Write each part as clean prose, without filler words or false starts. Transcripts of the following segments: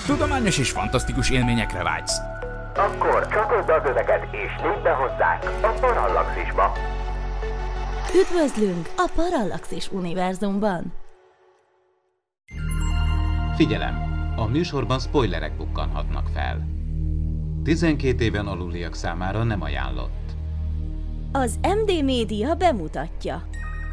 Tudományos és fantasztikus élményekre vágysz? Akkor csatold az öveket és lépj be hozzánk a Parallaxisba! Üdvözlünk a Parallaxis univerzumban! Figyelem! A műsorban spoilerek bukkanhatnak fel. 12 éven aluliak számára nem ajánlott. Az MD Média bemutatja.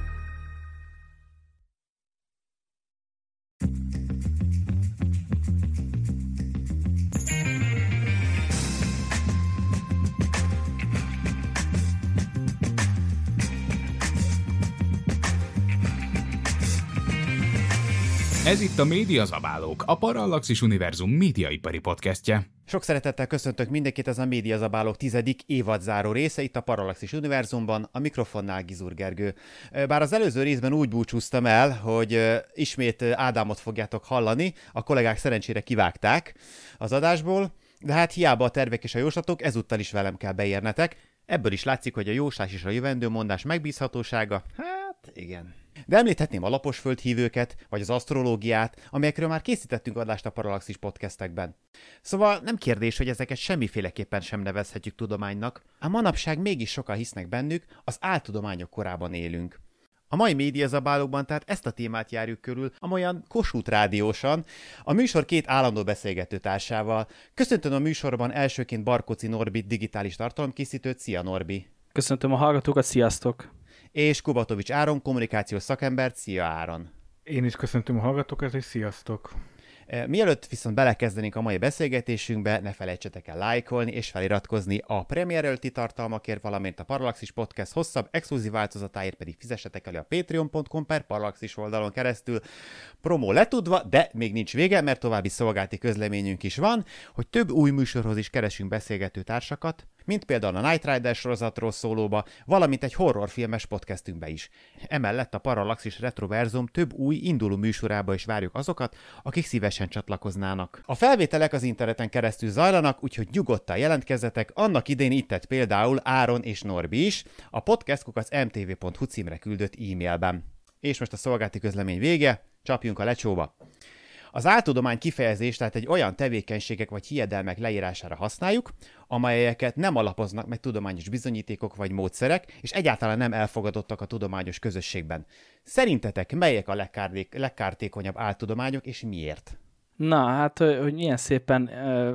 Ez itt a Médiazabálók, a Parallaxis univerzum médiaipari podcastje. Sok szeretettel köszöntök mindenkit, ez a Médiazabálók 10. évadzáró része itt a Parallaxis univerzumban, a mikrofonnál Gizur Gergő. Bár az előző részben úgy búcsúztam el, hogy ismét Ádámot fogjátok hallani, a kollégák szerencsére kivágták az adásból, de hát hiába a tervek és a jóslatok, ezúttal is velem kell beérnetek. Ebből is látszik, hogy a jóslás és a jövendőmondás megbízhatósága, hát igen. De említhetném a laposföldhívőket, vagy az asztrológiát, amelyekről már készítettünk adást a Parallaxis podcastekben. Szóval nem kérdés, hogy ezeket semmiféleképpen sem nevezhetjük tudománynak, ám manapság mégis sokan hisznek bennük, az áltudományok korában élünk. A mai Médiazabálókban tehát ezt a témát járjuk körül, amolyan Kossuth rádiósan, a műsor két állandó beszélgetőtársával. Köszöntöm a műsorban elsőként Barkóczy Norbit, digitális tartalomkészítőt. Szia Norbi! Köszöntöm a hallgatókat, sziasztok! És Kubatovics Áron, kommunikációs szakembert. Szia Áron! Én is köszöntöm a hallgatókat, és sziasztok! Mielőtt viszont belekezdenénk a mai beszélgetésünkbe, ne felejtsetek el lájkolni és feliratkozni a Premier előtti tartalmakért, valamint a Parallaxis Podcast hosszabb, exkluzív változatáért pedig fizessetek elő a patreon.com/Parallaxis oldalon keresztül. Promó letudva, de még nincs vége, mert további szolgálati közleményünk is van, hogy több új műsorhoz is keresünk beszélgető társakat, mint például a Knight Rider sorozatról szólóba, valamint egy horrorfilmes podcastünkbe is. Emellett a Parallaxis Retroverzum több új induló műsorába is várjuk azokat, akik szívesen csatlakoznának. A felvételek az interneten keresztül zajlanak, úgyhogy nyugodtan jelentkezzetek, annak idén itt tett például Áron és Norbi is, a podcast@mtv.hu címre küldött e-mailben. És most a szolgálati közlemény vége, csapjunk a lecsóba. Az áltudomány kifejezést tehát egy olyan tevékenységek vagy hiedelmek leírására használjuk, amelyeket nem alapoznak meg tudományos bizonyítékok vagy módszerek, és egyáltalán nem elfogadottak a tudományos közösségben. Szerintetek melyek a legkártékonyabb áltudományok, és miért? Na, hát, hogy milyen szépen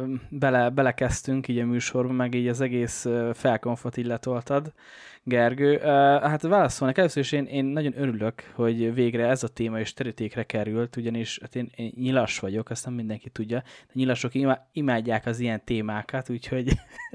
belekezdtünk így a műsorba, meg így az egész felkonfot így letoltad, Gergő. Hát válaszolnak. Először is én nagyon örülök, hogy végre ez a téma is terítékre került, ugyanis hát én nyilas vagyok, azt nem mindenki tudja, de nyilasok imádják az ilyen témákat, úgyhogy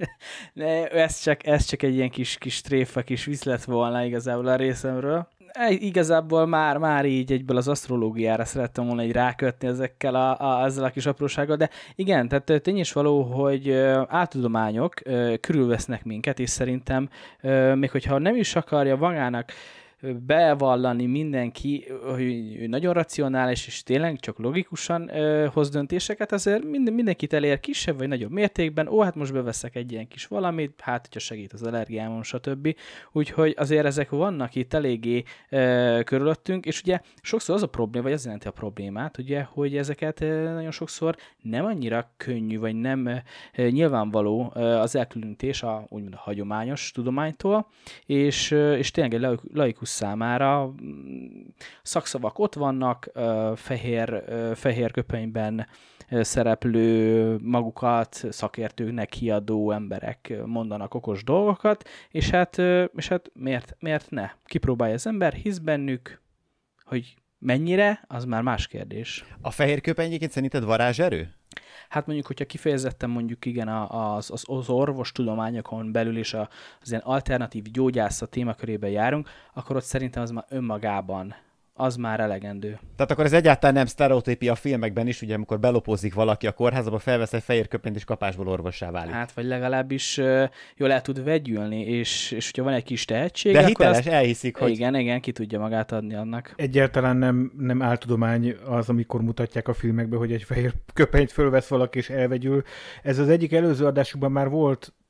ez csak egy ilyen kis tréfa, kis viszlet volna igazából a részemről. Igazából már így egyből az asztrológiára szerettem volna így rákötni ezzel a kis aprósággal, de igen, tehát tény is való, hogy áltudományok körülvesznek minket, és szerintem még hogyha nem is akarja magának bevallani mindenki, hogy nagyon racionális, és tényleg csak logikusan hoz döntéseket, azért mindenkit elér kisebb vagy nagyobb mértékben, hát most beveszek egy ilyen kis valamit, hát hogyha segít az allergiámon, stb. Úgyhogy azért ezek vannak itt eléggé körülöttünk, és ugye sokszor az a probléma, vagy az jelenti a problémát, ugye, hogy ezeket nagyon sokszor nem annyira könnyű, vagy nem nyilvánvaló az elkülönítés úgymond a hagyományos tudománytól, és tényleg egy laikus számára szakszavak ott vannak, fehér köpenyben szereplő, magukat szakértőknek kiadó emberek mondanak okos dolgokat, és hát miért ne? Kipróbálja az ember, hisz bennük, hogy mennyire, az már más kérdés. A fehér köpeny egyébként szerinted varázserő? Hát mondjuk, hogyha kifejezetten mondjuk igen az orvostudományokon belül is az ilyen alternatív gyógyászat témakörében járunk, akkor ott szerintem az már önmagában az már elegendő. Tehát akkor ez egyáltalán nem sztereotípia a filmekben is, ugye amikor belopózik valaki a kórházba, felvesz egy fehér köpenyt és kapásból orvossá válik. Hát vagy legalábbis jól el tud vegyülni, és hogyha van egy kis tehetség, de akkor hiteles, elhiszik, hogy... Igen, ki tudja magát adni annak. Egyáltalán nem áltudomány az, amikor mutatják a filmekben, hogy egy fehér köpenyt fölvesz valaki és elvegyül. Ez az egyik előző adásukban már volt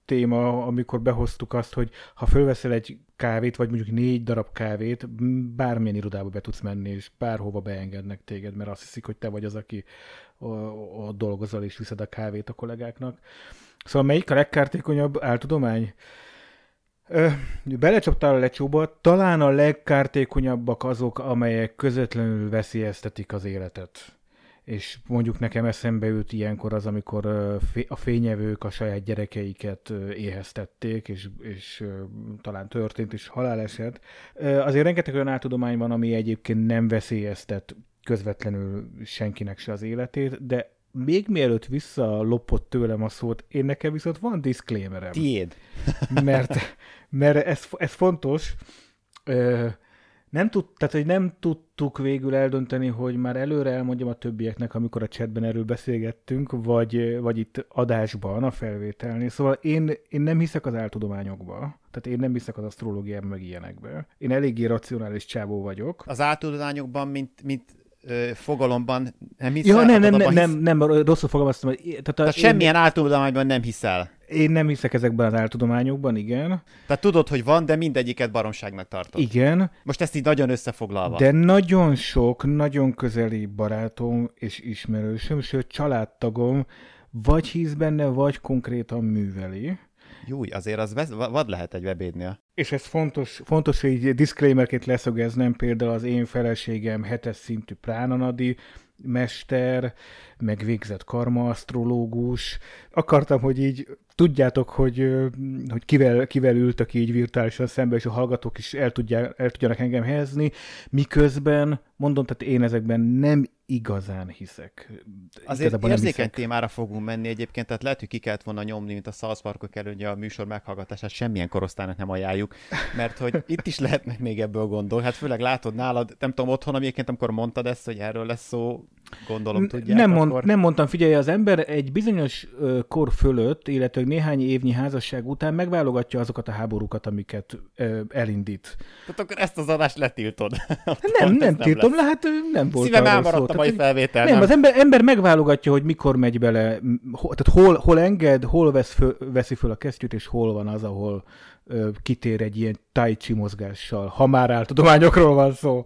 téma, amikor behoztuk azt, hogy ha fölveszel egy kávét, vagy mondjuk 4 darab kávét, bármilyen irodába be tudsz menni, és bárhova beengednek téged, mert azt hiszik, hogy te vagy az, aki ott dolgozol, és viszed a kávét a kollégáknak. Szóval melyik a legkártékonyabb áltudomány? Belecsaptál a lecsóba, talán a legkártékonyabbak azok, amelyek közvetlenül veszélyeztetik az életet. És mondjuk nekem eszembe jut ilyenkor az, amikor a fényevők a saját gyerekeiket éheztették, és talán történt is haláleset. Azért rengeteg olyan áltudomány van, ami egyébként nem veszélyeztet közvetlenül senkinek se az életét, de még mielőtt visszalopott tőlem a szót, én nekem viszont van disclaimerem. Tiéd. mert ez fontos. Nem tudtuk végül eldönteni, hogy már előre elmondjam a többieknek, amikor a chatben erről beszélgettünk, vagy itt adásban, a felvételnél. Szóval én nem hiszek az áltudományokba. Tehát én nem hiszek az asztrológiában, meg ilyenekbe. Én eléggé racionális csávó vagyok. Az áltudományokban, mint fogalomban nem hiszel? Ja, nem, rosszul fogalmaztam. Tehát semmilyen áltudományban nem hiszel? Én nem hiszek ezekben az áltudományokban, igen. Tehát tudod, hogy van, de mindegyiket baromságnak tartod. Igen. Most ezt így nagyon összefoglalva. De nagyon sok, nagyon közeli barátom és ismerősöm, sőt családtagom vagy hisz benne, vagy konkrétan műveli. Júj, azért az vad lehet egy webédnél. És ez fontos, hogy disclaimerként leszögeznem, például az én feleségem 7-es szintű pránanadi mester, megvégzett karmaasztrológus. Akartam, hogy így tudjátok, hogy kivel ültök így virtuálisan szembe, és a hallgatók is el tudjanak engem helyezni, miközben mondom, tehát én ezekben nem igazán hiszek. Azért érzékeny témára fogunk menni egyébként, tehát lehet, hogy ki kellett volna nyomni, mint a South Parkok előnye a műsor meghallgatását, semmilyen korosztálynak nem ajánljuk, mert hogy itt is lehetnek még ebből gondol. Hát főleg látod nálad, nem tudom, otthon, egyébként amikor mondtad ezt, hogy erről lesz szó, gondolom tudják. Nem mondtam, figyelj, az ember egy bizonyos kor fölött, illetve néhány évnyi házasság után megválogatja azokat a háborúkat, amiket elindít. Tehát akkor ezt az adást letiltod. Nem tiltom le, hát nem volt. Szívem elmaradt a mai felvétel. Nem, az ember megválogatja, hogy mikor megy bele, tehát hol enged, hol veszi föl a kesztyűt, és hol van az, ahol kitér egy ilyen tai chi mozgással, ha már áltudományokról van szó.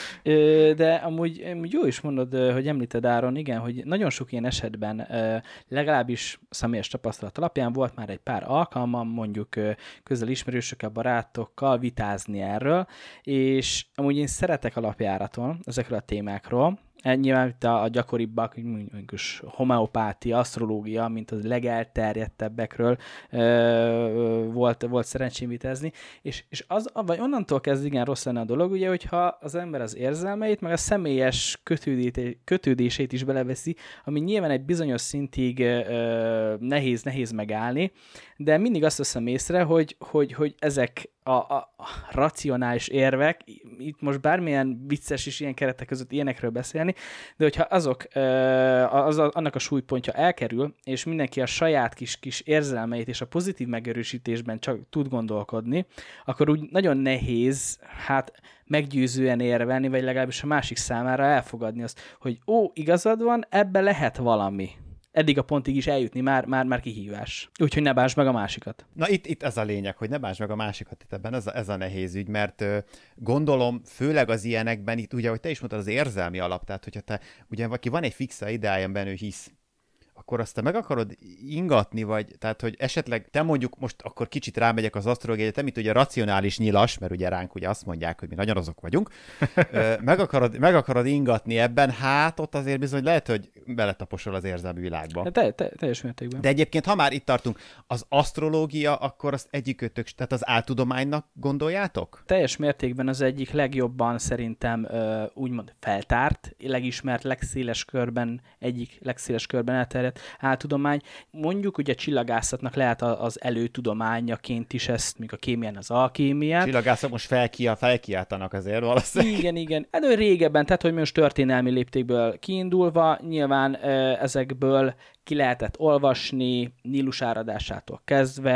De amúgy jó is mondod, hogy említed, Áron, igen, hogy nagyon sok ilyen esetben legalábbis személyes tapasztalat alapján volt már egy pár alkalmam, mondjuk közel ismerősökkel, barátokkal vitázni erről, és amúgy én szeretek alapjáraton ezekről a témákról. Nyilván itt a gyakoribbak, mondjuk homeopátia, asztrológia, mint az legelterjedtebbekről volt szerencsém vitázni, és vagy onnantól kezd igen rossz lenne a dolog, ugye, hogyha az ember az érzelmeit, meg a személyes kötődését is beleveszi, ami nyilván egy bizonyos szintig nehéz megállni, de mindig azt veszem észre, hogy ezek a racionális érvek, itt most bármilyen vicces is ilyen keretek között ilyenekről beszélni, de hogyha annak a súlypontja elkerül, és mindenki a saját kis érzelmeit és a pozitív megerősítésben csak tud gondolkodni, akkor úgy nagyon nehéz, meggyőzően érvelni, vagy legalábbis a másik számára elfogadni azt, hogy igazad van, ebbe lehet valami. Eddig a pontig is eljutni már kihívás. Úgyhogy ne bántsd meg a másikat. Na itt ez a lényeg, hogy ne bántsd meg a másikat, itt ebben ez a nehéz ügy, mert gondolom, főleg az ilyenekben, itt ugye, hogy te is mondtad, az érzelmi alap, tehát hogyha te, ugye aki van egy fixa ideája, amiben ő hisz, akkor azt te meg akarod ingatni, vagy tehát, hogy esetleg te mondjuk most akkor kicsit rámegyek az asztrológiai, te mint ugye racionális nyilas, mert ugye ránk ugye azt mondják, hogy mi nagyon azok vagyunk, meg akarod ingatni ebben, ott azért bizony lehet, hogy beletaposol az érzelmi világba. Teljes mértékben. De egyébként, ha már itt tartunk, az asztrológia, akkor azt egyikőtök, tehát az áltudománynak gondoljátok? Teljes mértékben az egyik legjobban szerintem úgymond feltárt, legismert, legszéles körben elterjedt áltudomány. Mondjuk ugye csillagászatnak lehet az előtudományaként is ezt, még a kémián az alkémiát. Csillagászok most felkiáltanak azért valószínűleg. Igen. Régebben, tehát hogy most történelmi léptékből kiindulva, nyilván ezekből ki lehetett olvasni, Nílus áradásától kezdve,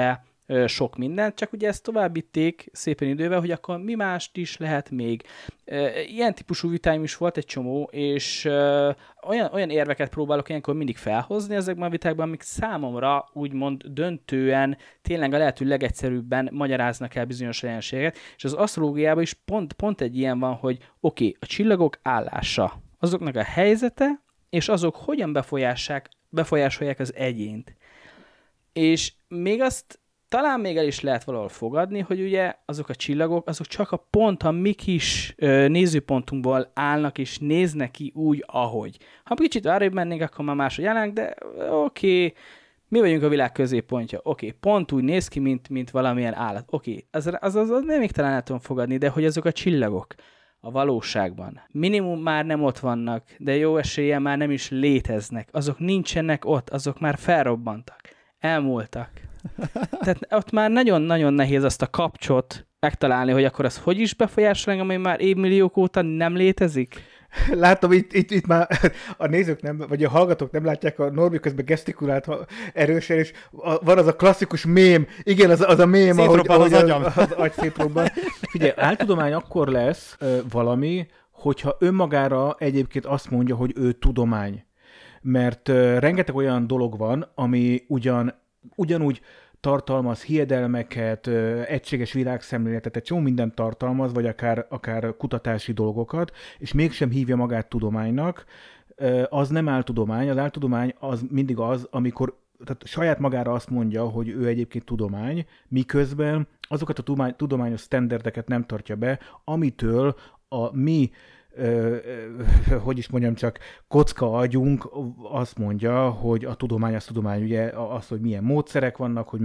sok mindent, csak ugye ezt továbbítték szépen idővel, hogy akkor mi mást is lehet még. Ilyen típusú vitáim is volt egy csomó, és olyan érveket próbálok ilyenkor mindig felhozni ezekben a vitákban, amik számomra úgymond döntően, tényleg a lehető legegyszerűbben magyaráznak el bizonyos jelenséget, és az asztrológiában is pont egy ilyen van, hogy oké, a csillagok állása, azoknak a helyzete, és azok hogyan befolyásolják az egyént. És még azt talán még el is lehet valahol fogadni, hogy ugye azok a csillagok, azok csak a pont a mi kis nézőpontunkból állnak, és néznek ki úgy, ahogy. Ha kicsit arrébb mennénk, akkor már máshogy állnánk, de oké, mi vagyunk a világ középpontja. Oké, pont úgy néz ki, mint valamilyen állat. Oké, az még talán el tudom fogadni, de hogy azok a csillagok a valóságban minimum már nem ott vannak, de jó eséllyel már nem is léteznek. Azok nincsenek ott, azok már felrobbantak, elmúltak. Tehát ott már nagyon-nagyon nehéz azt a kapcsot megtalálni, hogy akkor az hogy is befolyásol engem, ami már évmilliók óta nem létezik? Látom, itt már a nézők nem, vagy a hallgatók nem látják, a Norbi közben gesztikulált erősen, és van az a klasszikus mém, igen, az a mém, ahogy az agyam. Az agy szétrobban. Figyelj, áltudomány akkor lesz valami, hogyha önmagára egyébként azt mondja, hogy ő tudomány. Mert rengeteg olyan dolog van, ami ugyanúgy tartalmaz hiedelmeket, egységes világszemléletet, egy csomó mindent tartalmaz, vagy akár kutatási dolgokat, és mégsem hívja magát tudománynak, az nem áltudomány. Az áltudomány az mindig az, amikor tehát saját magára azt mondja, hogy ő egyébként tudomány, miközben azokat a tudományos sztenderdeket nem tartja be, amitől a mi hogy is mondjam, csak kocka agyunk azt mondja, hogy a tudomány az tudomány, ugye az, hogy milyen módszerek vannak, hogy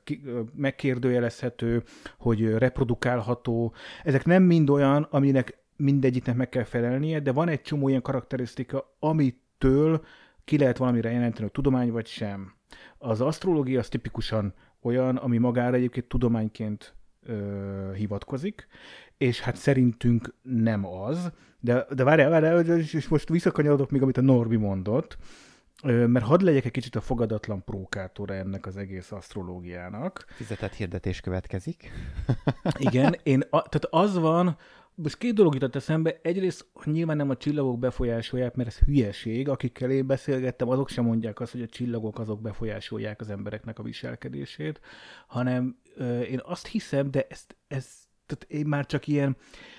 megkérdőjelezhető, hogy reprodukálható. Ezek nem mind olyan, aminek mindegyiknek meg kell felelnie, de van egy csomó ilyen karakterisztika, amitől ki lehet valamire jelenteni, hogy tudomány vagy sem. Az asztrológia az tipikusan olyan, ami magára egyébként tudományként hivatkozik, és hát szerintünk nem az, de várjál, és most visszakanyarodok még, amit a Norbi mondott, mert hadd legyek egy kicsit a fogadatlan prókátora ennek az egész asztrológiának. Fizetett hirdetés következik. Igen, tehát az van, most két dolog jutott eszembe, egyrészt nyilván nem a csillagok befolyásolják, mert ez hülyeség, akikkel én beszélgettem, azok sem mondják azt, hogy a csillagok azok befolyásolják az embereknek a viselkedését, hanem én azt hiszem, de tehát én már csak ilyen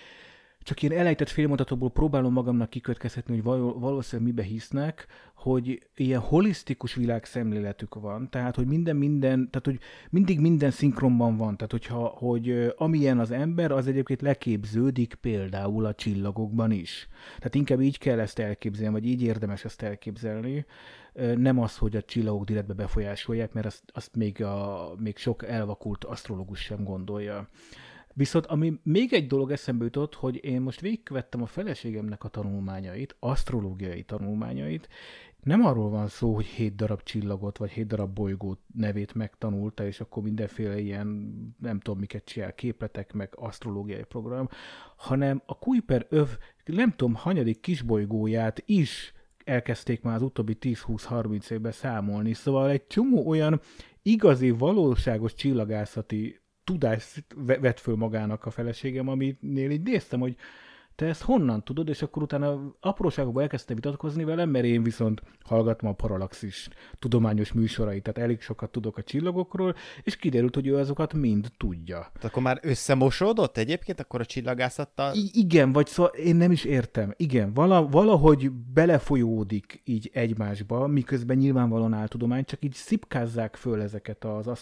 elejtett félmondatokból próbálom magamnak kikövetkeztetni, hogy valószínűleg mibe hisznek, hogy ilyen holisztikus világszemléletük van, tehát hogy tehát hogy mindig minden szinkronban van, tehát hogy amilyen az ember, az egyébként leképződik például a csillagokban is. Tehát inkább így kell ezt elképzelni, vagy így érdemes ezt elképzelni, nem az, hogy a csillagok direktbe befolyásolják, mert azt még sok elvakult asztrológus sem gondolja. Viszont ami még egy dolog eszembe jutott, hogy én most végigkövettem a feleségemnek a tanulmányait, asztrológiai tanulmányait. Nem arról van szó, hogy 7 darab csillagot, vagy 7 darab bolygót nevét megtanulta, és akkor mindenféle ilyen, nem tudom miket csinál, képletek, meg asztrológiai program, hanem a Kuiper öv, nem tudom, hanyadik kisbolygóját is elkezdték már az utóbbi 10-20-30 évben számolni. Szóval egy csomó olyan igazi, valóságos csillagászati tudást vett föl magának a feleségem, aminél így néztem, hogy te ezt honnan tudod, és akkor utána apróságokban elkezdtem vitatkozni velem, mert én viszont hallgattam a Parallaxis tudományos műsorait, tehát elég sokat tudok a csillagokról, és kiderült, hogy ő azokat mind tudja. Tehát akkor már összemosódott egyébként akkor a csillagászattal? Igen, vagy szóval én nem is értem. Igen, valahogy belefolyódik így egymásba, miközben nyilvánvalóan áltudomány, csak így szipkázzák föl ezeket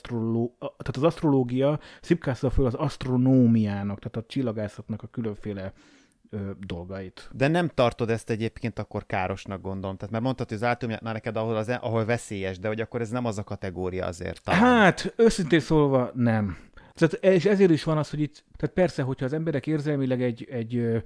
tehát az asztrológia szipkázza föl az asztronómiának, tehát a csillagászatnak a különféle dolgait. De nem tartod ezt egyébként akkor károsnak, gondolom. Tehát mert mondtad, hogy az áltudományoknál neked ahol veszélyes, de hogy akkor ez nem az a kategória azért. Talán. Hát, őszintén szólva nem. Tehát, és ezért is van az, hogy itt, tehát persze, hogyha az emberek érzelmileg egy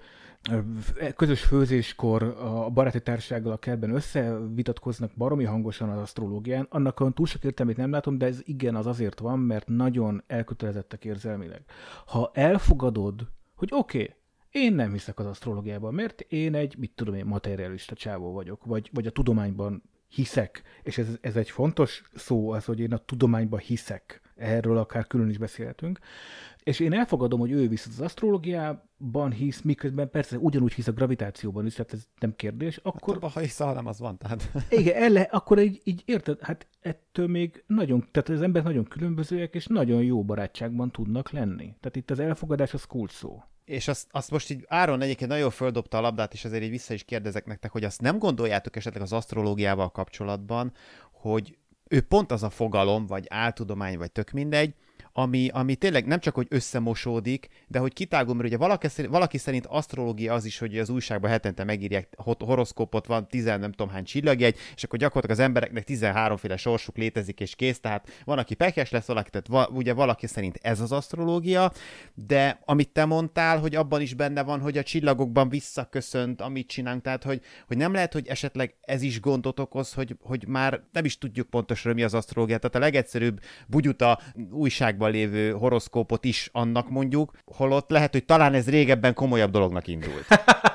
közös főzéskor a baráti társasággal a kertben összevitatkoznak baromi hangosan az asztrológián, annak túl sok értelmét nem látom, de ez igen, az azért van, mert nagyon elkötelezettek érzelmileg. Ha elfogadod, hogy oké, én nem hiszek az asztrológiában, mert én egy, materialista csávó vagyok, vagy a tudományban hiszek, és ez egy fontos szó az, hogy én a tudományban hiszek. erről akár külön is beszélhetünk. És én elfogadom, hogy ő visz az asztrológiában hisz, miközben persze ugyanúgy hisz a gravitációban is, tehát ez nem kérdés. Akkor... Hát, ha hisz, hanem az van, tehát... Igen, akkor így érted, hát ettől még nagyon, tehát az emberek nagyon különbözőek, és nagyon jó barátságban tudnak lenni. Tehát itt az elfogadás az kulcs szó. És azt most így Áron egyébként nagyon földobta a labdát, és azért így vissza is kérdezek nektek, hogy azt nem gondoljátok esetleg az asztrológiával kapcsolatban, hogy ő pont az a fogalom, vagy áltudomány, vagy tök mindegy, ami tényleg nem csak, hogy összemosódik, de hogy kitágul, mert ugye valaki szerint asztrológia az is, hogy az újságban hetente megírják horoszkópot, van 10 nem tudom hány csillagjegy, és akkor gyakorlatilag az embereknek 13-féle sorsuk létezik, és kész, tehát van, aki pekes lesz, tehát ugye valaki szerint ez az asztrológia, de amit te mondtál, hogy abban is benne van, hogy a csillagokban visszaköszönt, amit csinálunk, tehát hogy nem lehet, hogy esetleg ez is gondot okoz, hogy már nem is tudjuk pontosan, mi az asztrológia, tehát a legegyszerűbb bugyuta újságban lévő horoszkópot is annak mondjuk, holott lehet, hogy talán ez régebben komolyabb dolognak indult.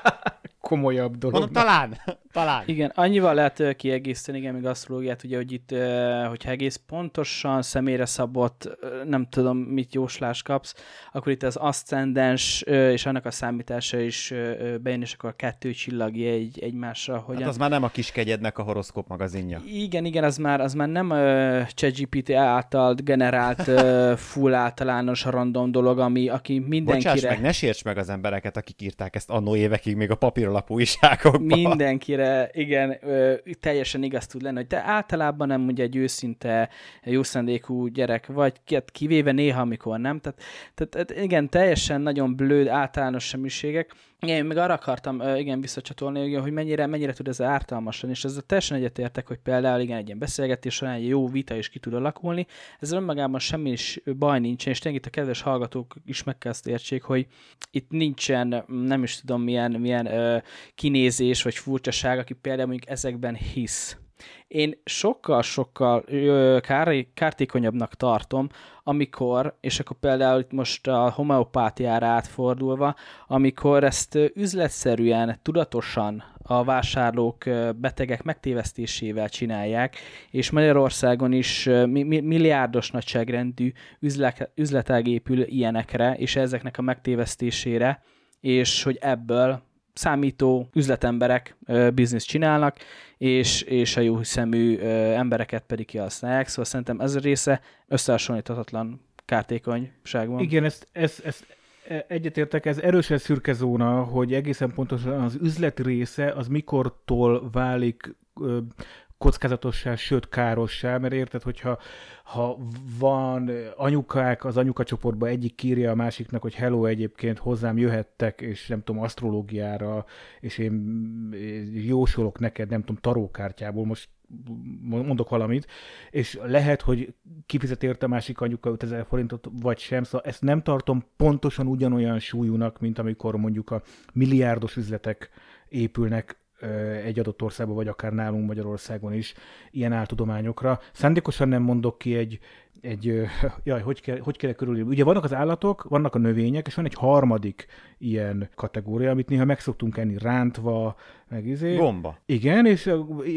Komolyabb dolognak. Mondom, talán. Igen, annyival lehet kiegészíteni, igen, még asztrológiát, ugye, hogy itt, hogyha egész pontosan személyre szabott, nem tudom, mit jóslás kapsz, akkor itt az aszcendens és annak a számítása is bejön, és akkor a 2 csillagjegy egymásra. Hogyan... Hát az már nem a kiskegyednek a horoszkóp magazinja. Igen, az már nem ChatGPT által generált full általános random dolog, aki mindenkire... Bocsáss meg, ne sérts meg az embereket, akik írták ezt annó évekig még a papíralapú újságokban. Mindenkire, igen, teljesen igaz tud lenni, hogy te általában nem ugye egy őszinte, jó szándékú gyerek vagy, kivéve néha, amikor nem. Tehát igen, teljesen nagyon blőd, általános semmiségek. Igen, még arra akartam visszacsatolni, hogy mennyire tud ez ártalmas lenni, és ezzel teljesen egyetértek, hogy például igen, egy ilyen beszélgetés során egy jó vita is ki tud alakulni. Ezzel önmagában semmi is baj nincsen, és tényleg itt a kedves hallgatók is meg kell azt értsék, hogy itt nincsen, nem is tudom milyen kinézés vagy furcsaság, aki például mondjuk ezekben hisz. Én sokkal kártékonyabbnak tartom, amikor, és akkor például itt most a homeopátiára átfordulva, amikor ezt üzletszerűen, tudatosan a vásárlók betegek megtévesztésével csinálják, és Magyarországon is milliárdos nagyságrendű üzletág épül ilyenekre, és ezeknek a megtévesztésére, és hogy ebből számító üzletemberek bizniszt csinálnak, és a jó hiszemű embereket pedig kihasználják. Szóval szerintem ez a része összehasonlíthatatlan kártékonyságban. Igen, ezt egyetértek, ez erősen szürke zóna, hogy egészen pontosan az üzlet része az mikortól válik kockázatossá, sőt károssá, mert érted, hogyha van anyukák az anyukacsoportban, egyik írja a másiknak, hogy hello, egyébként hozzám jöhettek, és nem tudom, asztrológiára, és én jósolok neked, nem tudom, tarókártyából, most mondok valamit, és lehet, hogy kifizet érte a másik anyuka 5000 forintot, vagy sem, szóval ezt nem tartom pontosan ugyanolyan súlyúnak, mint amikor mondjuk a milliárdos üzletek épülnek egy adott országban, vagy akár nálunk Magyarországon is ilyen áltudományokra. Szándékosan nem mondok ki hogy kell körülírni. Ugye vannak az állatok, vannak a növények, és van egy harmadik ilyen kategória, amit néha meg szoktunk enni rántva, meg Gomba. Igen, és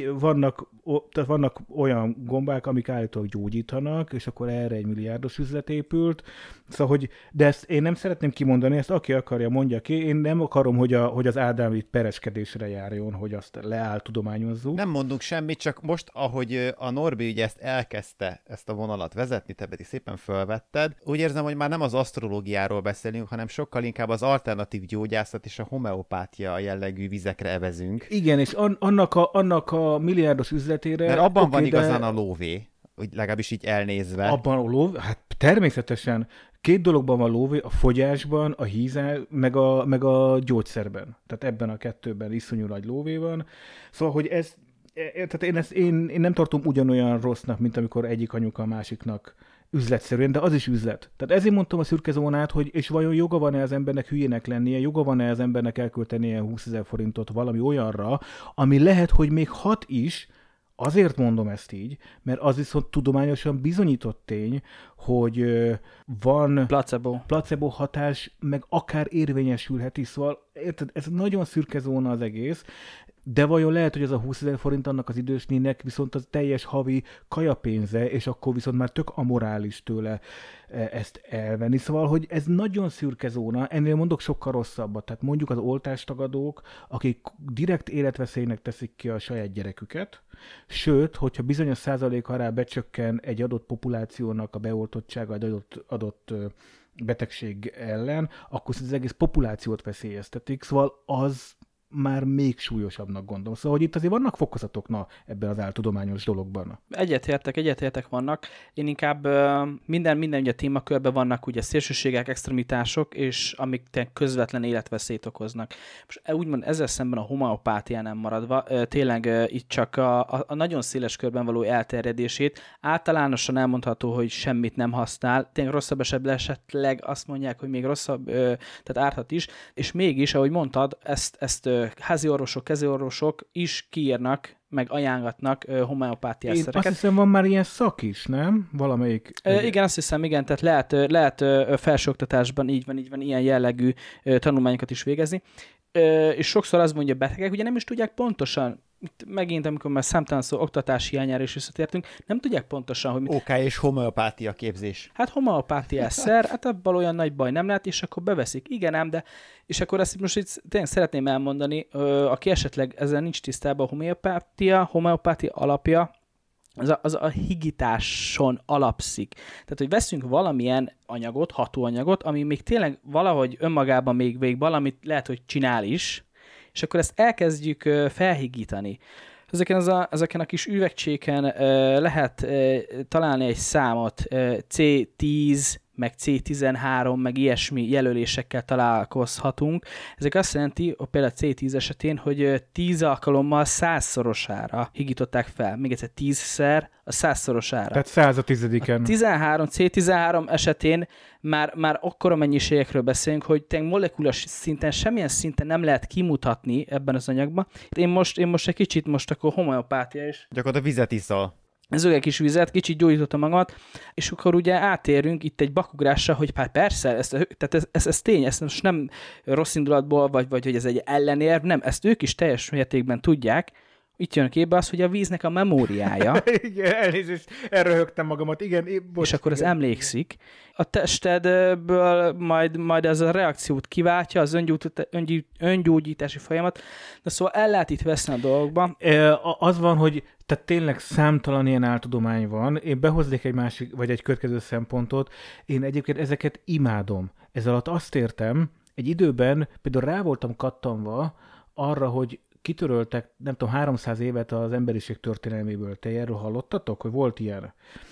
vannak olyan gombák, amik állítólag gyógyítanak, és akkor erre egy milliárdos üzlet épült. Szóval, de ezt én nem szeretném kimondani, ezt aki akarja, mondja ki. Én nem akarom, hogy az Ádám itt pereskedésre járjon, hogy azt leáltudományozzuk. Nem mondunk semmit, csak most, ahogy a Norbi ugye ezt elkezdte, ezt a vonalat vezetni, te pedig szépen felvetted, úgy érzem, hogy már nem az asztrológiáról beszélünk, hanem sokkal inkább az gyógyászat és a homeopátia jellegű vizekre evezünk. Igen, és annak a milliárdos üzletére... Mert abban van igazán a lóvé, úgy legalábbis így elnézve. Abban a lóvé? Hát természetesen. 2 dologban van lóvé, a fogyásban, a hízán, meg a gyógyszerben. Tehát ebben a 2-ben iszonyú nagy lóvé van. Szóval, hogy tehát én nem tartom ugyanolyan rossznak, mint amikor egyik anyuka a másiknak üzletszerűen, de az is üzlet. Tehát ezért mondtam a szürke zónát, hogy és vajon joga van-e az embernek hülyének lennie, joga van-e az embernek elköltenie 20 000 forintot valami olyanra, ami lehet, hogy még hat is, azért mondom ezt így, mert az viszont tudományosan bizonyított tény, hogy van placebo hatás, meg akár érvényesülhet is, szóval érted, ez nagyon szürke zóna az egész. de vajon lehet, hogy az a 20 000 forint annak az idősnének viszont az teljes havi kajapénze, és akkor viszont már tök amorális tőle ezt elvenni. Szóval, hogy ez nagyon szürke zóna, ennél mondok sokkal rosszabbat. Tehát mondjuk az oltástagadók, akik direkt életveszélynek teszik ki a saját gyereküket, sőt, hogyha bizonyos százalék ará becsökken egy adott populációnak a beoltottsága egy adott betegség ellen, akkor az egész populációt veszélyeztetik, szóval az már még súlyosabbnak gondolom. Szóval, hogy itt azért vannak fokozatok ebben az áltudományos dologban. Egyetértek vannak. Én inkább minden ugye témakörben vannak ugye szélsőségek, extremitások, és amik közvetlen életveszélyt okoznak. Most úgymond ezzel szemben a homeopátiánál maradva, tényleg itt csak a nagyon széles körben való elterjedését általánosan elmondható, hogy semmit nem használ. Tényleg rosszabb esetben esetleg azt mondják, hogy még rosszabb, tehát árthat is, és mégis, ahogy mondtad, ezt házi orvosok, kezelőorvosok is kiírnak, meg ajánlatnak homeopátiás szereket. Azt hiszem, van már ilyen szak is, nem? Valamelyik... Igen, azt hiszem, igen, tehát lehet felsőoktatásban így van, ilyen jellegű tanulmányokat is végezni. És sokszor azt mondja, betegek ugye nem is tudják pontosan, megint, amikor már számtalan szó oktatási hiányára is visszatértünk, nem tudják pontosan, hogy... OK, és homeopátia képzés. Hát homeopátiás szer, hát abban olyan nagy baj nem lehet, és akkor beveszik. Igen ám, de... És akkor ezt most itt tényleg szeretném elmondani, aki esetleg ezzel nincs tisztában, a homeopátia alapja, az a higításon alapszik. Tehát, hogy veszünk valamilyen anyagot, hatóanyagot, ami még tényleg valahogy önmagában még valamit lehet, hogy csinál is, és akkor ezt elkezdjük felhigítani. Ezeken a kis üvegcséken lehet találni egy számot, C10, meg C13, meg ilyesmi jelölésekkel találkozhatunk. Ezek azt jelenti, hogy például C10 esetén, hogy 10 alkalommal 100-szorosára higították fel. Még egyszer 10-szer a 100-szorosára. Tehát 100-10-en. C13 esetén már akkora mennyiségekről beszélünk, hogy molekulas szinten, semmilyen szinten nem lehet kimutatni ebben az anyagban. Én most egy kicsit akkor homeopátia is. Gyakorlatilag vizet iszol. Zöge kis vizet, kicsit gyógyítottam magamat, és akkor ugye átérünk itt egy bakugrásra, hogy persze, ez tény, ezt most nem rossz indulatból, vagy hogy ez egy ellenérv, nem, ezt ők is teljes mértékben tudják. Itt jön képbe az, hogy a víznek a memóriája. Igen, elnézést, elröhögtem magamat. Igen, és akkor ez emlékszik. A testedből majd ez a reakciót kiváltja, az öngyógyítási folyamat. De szóval el lehet itt veszni a dolgokba. Az van, hogy tehát tényleg számtalan ilyen áltudomány van. Én behoznék egy másik, vagy egy következő szempontot. Én egyébként ezeket imádom. Ez alatt azt értem, egy időben például rá voltam kattanva arra, hogy kitöröltek, nem tudom, 300 évet az emberiség történelméből. Te erről hallottatok, hogy volt ilyen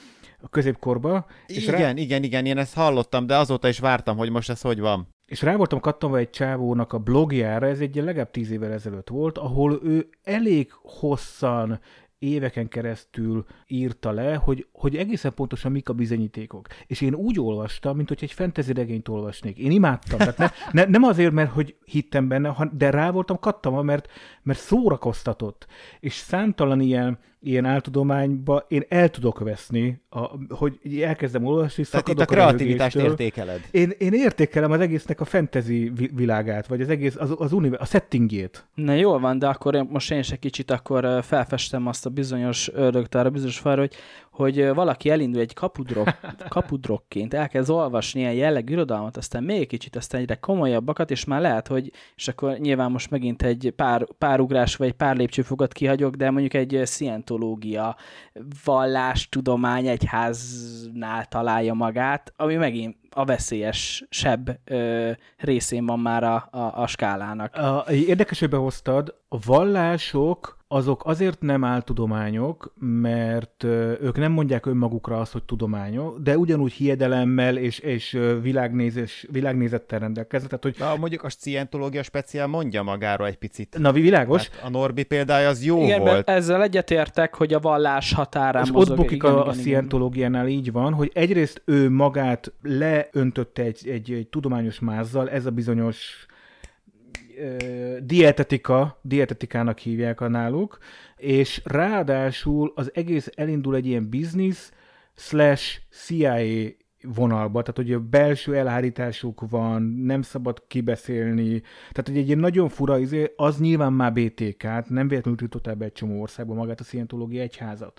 a középkorban? Igen, én ezt hallottam, de azóta is vártam, hogy most ez hogy van. És rá voltam kattanva egy csávónak a blogjára, ez egy legalább 10 évvel ezelőtt volt, ahol ő elég hosszan éveken keresztül írta le, hogy egészen pontosan mik a bizonyítékok. És én úgy olvastam, mint hogy egy fantasy regényt olvasnék. Én imádtam. Tehát nem azért, mert hogy hittem benne, de rá voltam kattanva, mert szórakoztatott. És számtalan ilyen áltudományba én el tudok veszni, hogy elkezdem olvasni, szakadok. Tehát itt a kreativitást értékeled. Én értékelem az egésznek a fantasy világát, vagy az egész, a settingjét. Na jól van, de akkor most én is egy kicsit akkor felfestem azt a bizonyos ördögtár, a bizonyos falra, hogy valaki elindul egy kapudrokként, elkezd olvasni ilyen jellegű irodalmat, aztán még kicsit, aztán egyre komolyabbakat, és már lehet, hogy, és akkor nyilván most megint egy pár ugrás, vagy egy pár lépcsőfokot kihagyok, de mondjuk egy szientológia, vallástudomány egyháznál találja magát, ami megint a veszélyesebb részén van már a skálának. Érdekes, hogy behoztad, a vallások azok azért nem áltudományok, mert ők nem mondják önmagukra azt, hogy tudományok, de ugyanúgy hiedelemmel és világnézettel rendelkeznek. Tehát, hogy... mondjuk a szientológia speciál mondja magára egy picit. Na, világos. Hát a Norbi példája az jó igen, volt. Ezzel egyetértek, hogy a vallás határán és mozog. Ott bukik a szientológiánál így van, hogy egyrészt ő magát leöntötte egy tudományos mázzal, ez a bizonyos dietetikának hívják a náluk, és ráadásul az egész elindul egy ilyen business / CIA vonalba, tehát hogy a belső elhárításuk van, nem szabad kibeszélni, tehát hogy egy ilyen nagyon fura, az nyilván már BTK-t, nem véletlenül tiltották be egy csomó országban magát a szientológiai egyházat.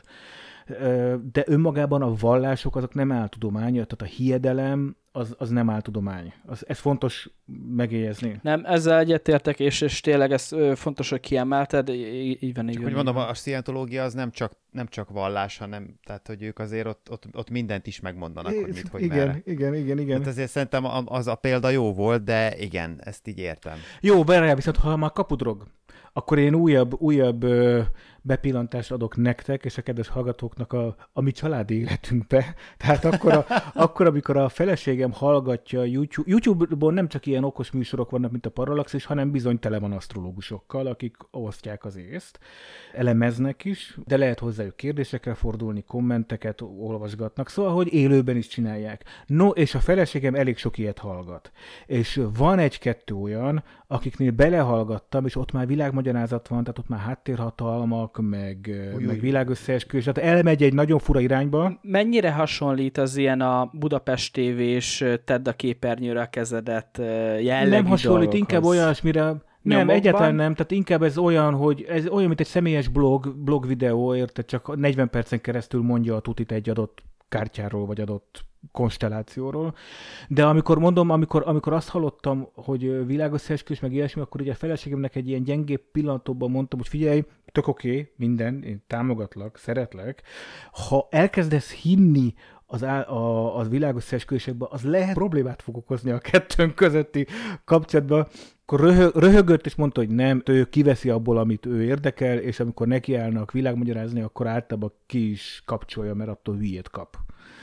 De önmagában a vallások azok nem áltudomány, tehát a hiedelem az nem áltudomány. Ez fontos megjegyezni. Nem, ezzel egyetértek, és tényleg ez fontos, hogy kiemelted, így van. Csak hogy mondom, a szientológia az nem csak vallás, hanem tehát, hogy ők azért ott mindent is megmondanak, hogy mit, hogy merre. Igen. Tehát azért szerintem az a példa jó volt, de igen, ezt így értem. Jó, viszont ha már kapudrog, akkor én újabb bepillantást adok nektek, és a kedves hallgatóknak a mi családi életünkbe. Tehát akkor, amikor a feleségem hallgatja YouTube-ból nem csak ilyen okos műsorok vannak, mint a Parallaxis, hanem bizony tele van asztrológusokkal, akik osztják az észt, elemeznek is, de lehet hozzájuk kérdésekre fordulni, kommenteket olvasgatnak, szóval, hogy élőben is csinálják. No, és a feleségem elég sok ilyet hallgat. És van egy-kettő olyan, akiknél belehallgattam, és ott már világmagyarázat van, tehát ott már háttérhatalmak, meg világösszeesküvés, tehát elmegy egy nagyon fura irányba. Mennyire hasonlít az ilyen a Budapest TV-s tedd a képernyőre a kezedet jellegű Nem hasonlít, dolgokhoz. inkább olyasmire... Nem, egyáltalán nem, tehát inkább ez olyan, hogy ez olyan, mint egy személyes blog videó, érted, csak 40 percen keresztül mondja a tutit egy adott kártyáról, vagy adott konstellációról. De amikor azt hallottam, hogy világösszeesküvés, meg ilyesmi, akkor ugye a feleségemnek egy ilyen gyengébb pillanatokban mondtam, hogy figyelj, tök oké, minden, én támogatlak, szeretlek. Ha elkezdesz hinni az világösszeesküvésekben, az lehet problémát fog okozni a kettőnk közötti kapcsolatban. Akkor röhögött, és mondta, hogy nem, ő kiveszi abból, amit ő érdekel, és amikor nekiállnak világmagyarázni, akkor általában ki is kapcsolja, mert attól hülyét kap.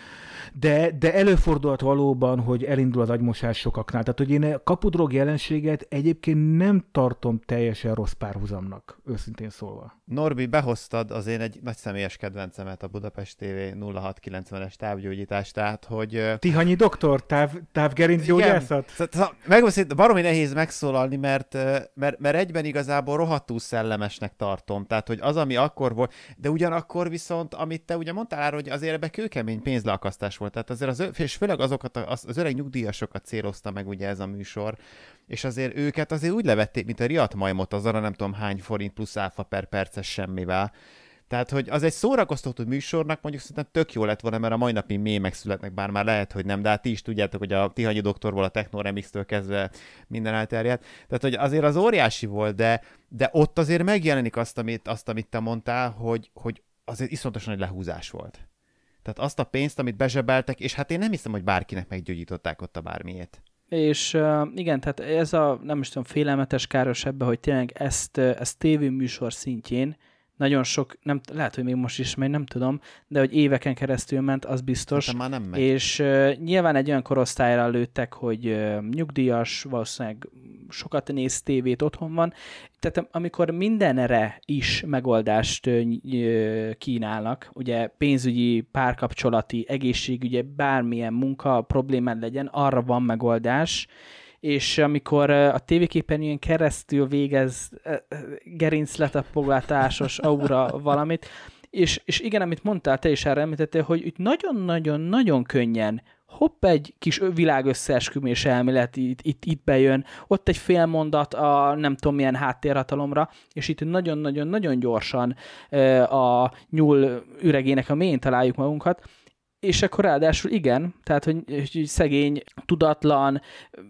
De előfordulhat valóban, hogy elindul az agymosás sokaknál. Tehát, hogy én a kapudrog jelenséget egyébként nem tartom teljesen rossz párhuzamnak, őszintén szólva. Norbi, behoztad az én egy nagy személyes kedvencemet, a Budapest TV 0690-es távgyógyítást, tehát, hogy... Tihanyi doktor, távgerincgyógyászat? Megmondom, baromi nehéz megszólalni, mert egyben igazából rohadtul szellemesnek tartom. Tehát, hogy az, ami akkor volt, de ugyanakkor viszont, amit te ugye mondtál arra, hogy azért ebbe kőkemény pénzleakasztás volt. Tehát azért, és főleg azokat az öreg nyugdíjasokat célozta meg ugye ez a műsor, és azért őket azért úgy levették, mint a riadt majmot, az arra nem tudom hány forint plusz áfa per perces semmivel. Tehát, hogy az egy szórakoztató műsornak mondjuk szerintem tök jó lett volna, mert a mai napig mémek születnek, bár már lehet, hogy nem, de hát ti is tudjátok, hogy a Tihanyi doktorból a Techno Remix-től kezdve minden elterjedt. Tehát, hogy azért az óriási volt, de ott azért megjelenik azt, amit te mondtál, hogy azért iszonyatosan egy lehúzás volt. Tehát azt a pénzt, amit bezsebeltek, és hát én nem hiszem, hogy bárkinek meggyógyították ott a bármiét. És igen, tehát ez a, nem is tudom, félelmetes káros ebbe, hogy tényleg ezt tévéműsor szintjén nagyon sok, nem, lehet, hogy még most is megy, nem tudom, de hogy éveken keresztül ment, az biztos. Már nem megy. És nyilván egy olyan korosztályra lőttek, hogy nyugdíjas, valószínűleg sokat néz tévét, otthon van. Tehát amikor mindenre is megoldást kínálnak, ugye pénzügyi, párkapcsolati, egészségügyi, bármilyen munka problémád legyen, arra van megoldás, és amikor a tévéképernyőn keresztül végez gerincletapogatásos aura valamit, és igen, amit mondtál, te is erre említettél, hogy itt nagyon-nagyon-nagyon könnyen hopp, egy kis világösszeesküvés elmélet itt bejön, ott egy fél mondat a nem tudom milyen háttérhatalomra, és itt nagyon-nagyon-nagyon gyorsan a nyúl üregének a mélyén találjuk magunkat, és akkor ráadásul igen, tehát, hogy szegény, tudatlan,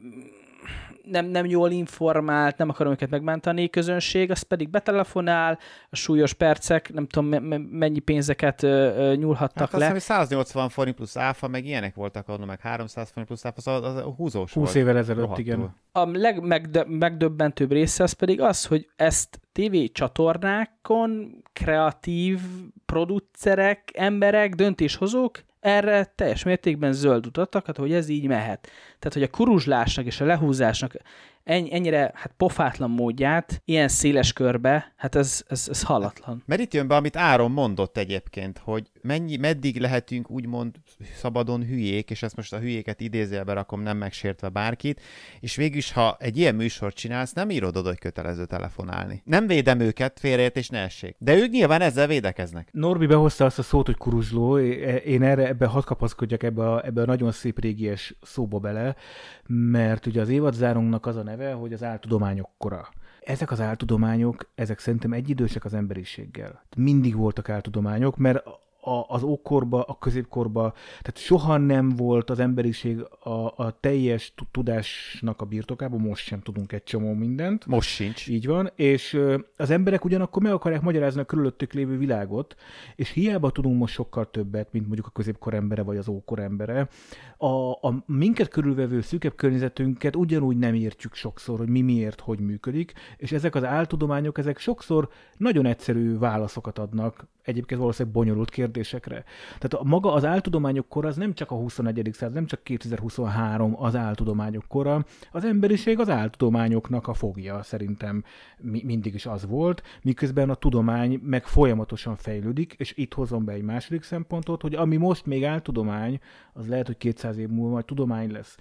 nem jól informált, nem akarom őket megbántani, közönség, az pedig betelefonál, a súlyos percek, nem tudom mennyi pénzeket nyúlhattak le. Hát azt hiszem, hogy 180 forint plusz áfa, meg ilyenek voltak onnan, meg 300 forint plusz áfa, szóval az húzós 20 évvel ezelőtt, igen. A legmegdöbbentőbb része az pedig az, hogy ezt tévécsatornákon kreatív producerek, emberek, döntéshozók erre teljes mértékben zöld utat, hogy ez így mehet. Tehát, hogy a kuruzslásnak és a lehúzásnak ennyire hát pofátlan módját, ilyen széles körbe, hát ez hallatlan. Mert itt jön be, amit Áron mondott egyébként, hogy meddig lehetünk úgymond szabadon hülyék, és ezt most a hülyéket idézőjelbe rakom, nem megsértve bárkit, és végülis, ha egy ilyen műsort csinálsz, nem írod oda, hogy kötelező telefonálni. Nem védem őket, félreértés ne essék. De ők nyilván ezzel védekeznek. Norbi behozta azt a szót, hogy kuruzsló, én ebbe hadd kapaszkodjak ebbe a nagyon szép régies szóba bele, mert ugye az évadzárónknak az a neve, hogy az áltudományok kora. Ezek az áltudományok, ezek szerintem egyidősek az emberiséggel. Mindig voltak áltudományok, mert az ókorba, a középkorba, tehát soha nem volt az emberiség a teljes tudásnak a birtokában, most sem tudunk egy csomó mindent. Most sincs. Így van, és az emberek ugyanakkor meg akarják magyarázni a körülöttük lévő világot, és hiába tudunk most sokkal többet, mint mondjuk a középkor embere vagy az ókor embere. A minket körülvevő szűkebb környezetünket ugyanúgy nem értjük sokszor, hogy mi miért, hogy működik, és ezek az áltudományok, ezek sokszor nagyon egyszerű válaszokat adnak, egyébként valószínűleg bonyolult kérdésekre. Tehát maga az áltudományok kora az nem csak a 21. század, nem csak 2023 az áltudományok kora, az emberiség az áltudományoknak a fogja, szerintem mindig is az volt, miközben a tudomány meg folyamatosan fejlődik, és itt hozom be egy második szempontot, hogy ami most még áltudomány, az lehet, hogy 200 év múlva majd tudomány lesz.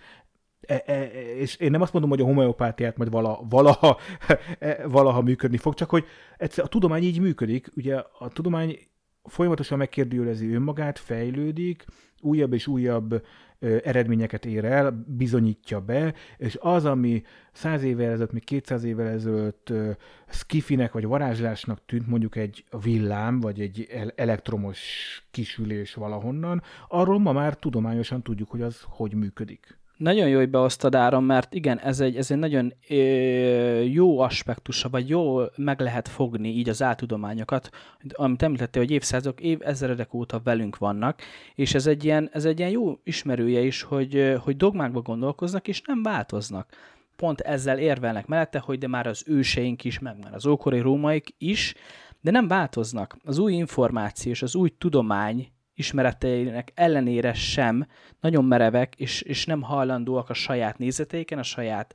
És én nem azt mondom, hogy a homeopátiát majd valaha működni fog, csak hogy egyszer a tudomány így működik. Ugye a tudomány folyamatosan megkérdőjelezi önmagát, fejlődik, újabb és újabb eredményeket ér el, bizonyítja be, és az, ami 100 évvel ezelőtt, még 200 évvel ezelőtt skifinek vagy varázslásnak tűnt, mondjuk egy villám, vagy egy elektromos kisülés valahonnan, arról ma már tudományosan tudjuk, hogy az hogy működik. Nagyon jó, hogy behoztad, Áron, mert igen, ez egy nagyon jó aspektusa, vagy jól meg lehet fogni így az áltudományokat, amit említettél, hogy évszázadok, évezredek óta velünk vannak, és ez egy ilyen jó ismerője is, hogy dogmákba gondolkoznak, és nem változnak. Pont ezzel érvelnek mellette, hogy de már az őseink is, meg már az ókori rómaik is, de nem változnak. Az új információ és az új tudomány ismereteinek ellenére sem nagyon merevek, és nem hajlandóak a saját nézeteiken, a saját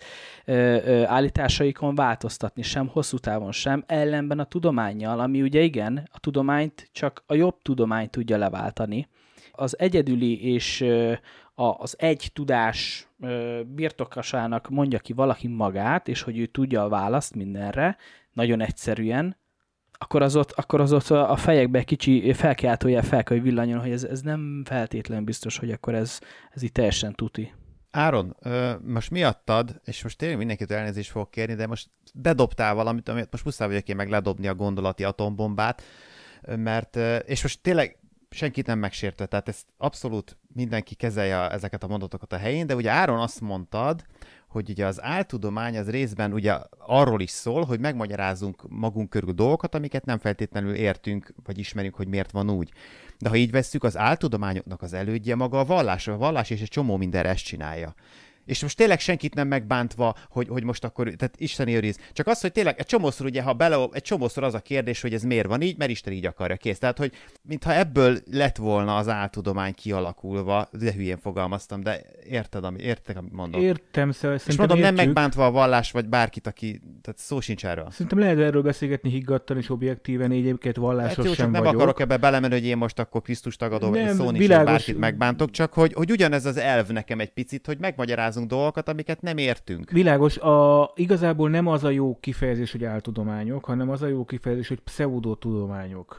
állításaikon változtatni, sem hosszú távon sem, ellenben a tudománnyal, ami ugye igen, a tudományt csak a jobb tudomány tudja leváltani. Az egyedüli és az egy tudás birtokosának mondja ki valaki magát, és hogy ő tudja a választ mindenre, nagyon egyszerűen, akkor az ott a fejekbe kicsi felkiáltójel fel kell, hogy villanjon, hogy ez nem feltétlenül biztos, hogy akkor ez így teljesen tuti. Áron, most miattad, és most tényleg mindenkitől elnézést fogok kérni, de most bedobtál valamit, amit most muszáj vagyok én meg ledobni a gondolati atombombát, mert, és most tényleg senkit nem megsértett, tehát ezt abszolút mindenki kezelje ezeket a mondatokat a helyén, de ugye Áron azt mondtad, hogy ugye az áltudomány az részben ugye arról is szól, hogy megmagyarázunk magunk körül dolgokat, amiket nem feltétlenül értünk, vagy ismerünk, hogy miért van úgy. De ha így vesszük, az áltudományoknak az elődje maga a vallás és egy csomó mindenre ezt csinálja. És most tényleg senkit nem megbántva, hogy most akkor, tehát Isten őriz. Csak az, hogy tényleg egy csomószor ugye, egy csomószor az a kérdés, hogy ez miért van így, mert Isten így akarja, kész. Tehát, hogy mintha ebből lett volna az áltudomány kialakulva, de hülyén fogalmaztam, de érted, amit mondom. Értem, szerintem és mondom, értjük. nem megbántva a vallás, vagy bárkit, aki, tehát szó sincs erről. Szerintem lehet erről beszélgetni higgadtan és objektíven, így egyébként vallásos hát jó, sem nem vagyok. akarok ebbe belemenni, hogy én most akkor Krisztus tagadó, nem, szó nincs, világos, bárkit megbántok, csak hogy ugyanez az elv nekem egy picit, hogy megmagyarázunk dolgokat, amiket nem értünk. Világos, igazából nem az a jó kifejezés, hogy áltudományok, hanem az a jó kifejezés, hogy pseudotudományok.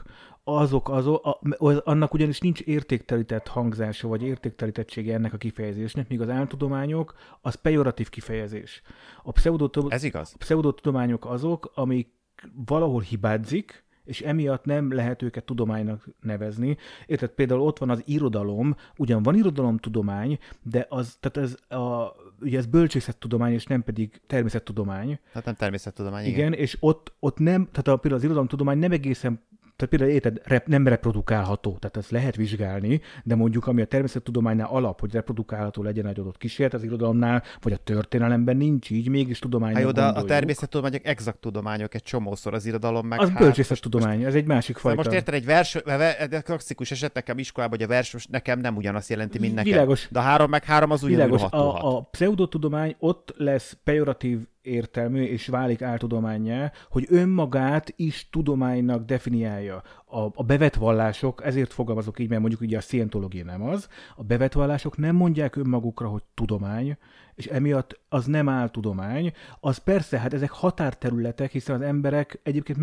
Annak ugyanis nincs értéktelített hangzása, vagy értéktelítettsége ennek a kifejezésnek, míg az áltudományok az pejoratív kifejezés. Ez igaz. A pseudotudományok azok, amik valahol hibázik, és emiatt nem lehet őket tudománynak nevezni. Érted, például ott van az irodalom, ugyan van irodalomtudomány, de ugye ez bölcsészettudomány, és nem pedig természettudomány. Hát nem természettudomány, igen. Igen, és ott nem, tehát például az irodalomtudomány nem egészen, tehát például érted, nem reprodukálható, tehát ezt lehet vizsgálni, de mondjuk ami a természettudománynál alap, hogy reprodukálható legyen egy adott kísérlet, az irodalomnál, vagy a történelemben nincs így, mégis tudománynak gondoljuk. De a természettudományok exakt tudományok egy csomószor, az irodalom meg... Az bölcsészettudomány, ez egy másik fajta. Most érted, egy vers, a klasszikus eset nekem iskolában, hogy a vers most nekem nem ugyanazt jelenti, mint nekem. Világos. De a 3 meg 3 az ugyanúgy hatolhat. A pseudotudomány ott lesz pejoratív értelmű, és válik áltudománnyá, hogy önmagát is tudománynak definiálja. A bevett vallások, ezért fogalmazok így, mert mondjuk ugye a szientológia nem az, a bevett vallások nem mondják önmagukra, hogy tudomány, és emiatt az nem áltudomány. Az persze, hát ezek határterületek, hiszen az emberek egyébként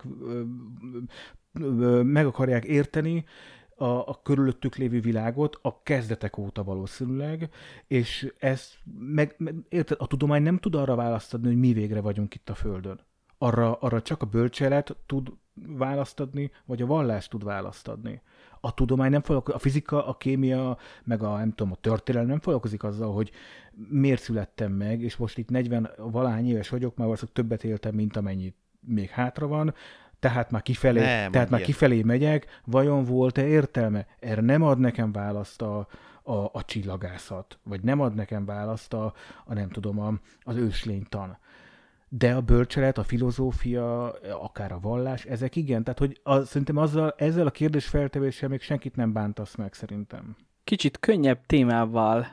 meg akarják érteni a körülöttük lévő világot a kezdetek óta valószínűleg, és érted, a tudomány nem tud arra választ adni, hogy mi végre vagyunk itt a Földön. Arra csak a bölcselet tud választ adni, vagy a vallás tud választ adni. A tudomány nem foglalkozik, a fizika, a kémia, meg a történelem nem foglalkozik azzal, hogy miért születtem meg, és most itt 40-valahány éves vagyok, már valószínűleg többet éltem, mint amennyit még hátra van, tehát már kifelé megyek, vajon volt-e értelme? Erre nem ad nekem választ a csillagászat, vagy nem ad nekem választ az őslénytan. De a bölcselet, a filozófia, akár a vallás, ezek igen. Tehát, hogy szerintem ezzel a kérdésfeltevéssel még senkit nem bántasz meg, szerintem. Kicsit könnyebb témával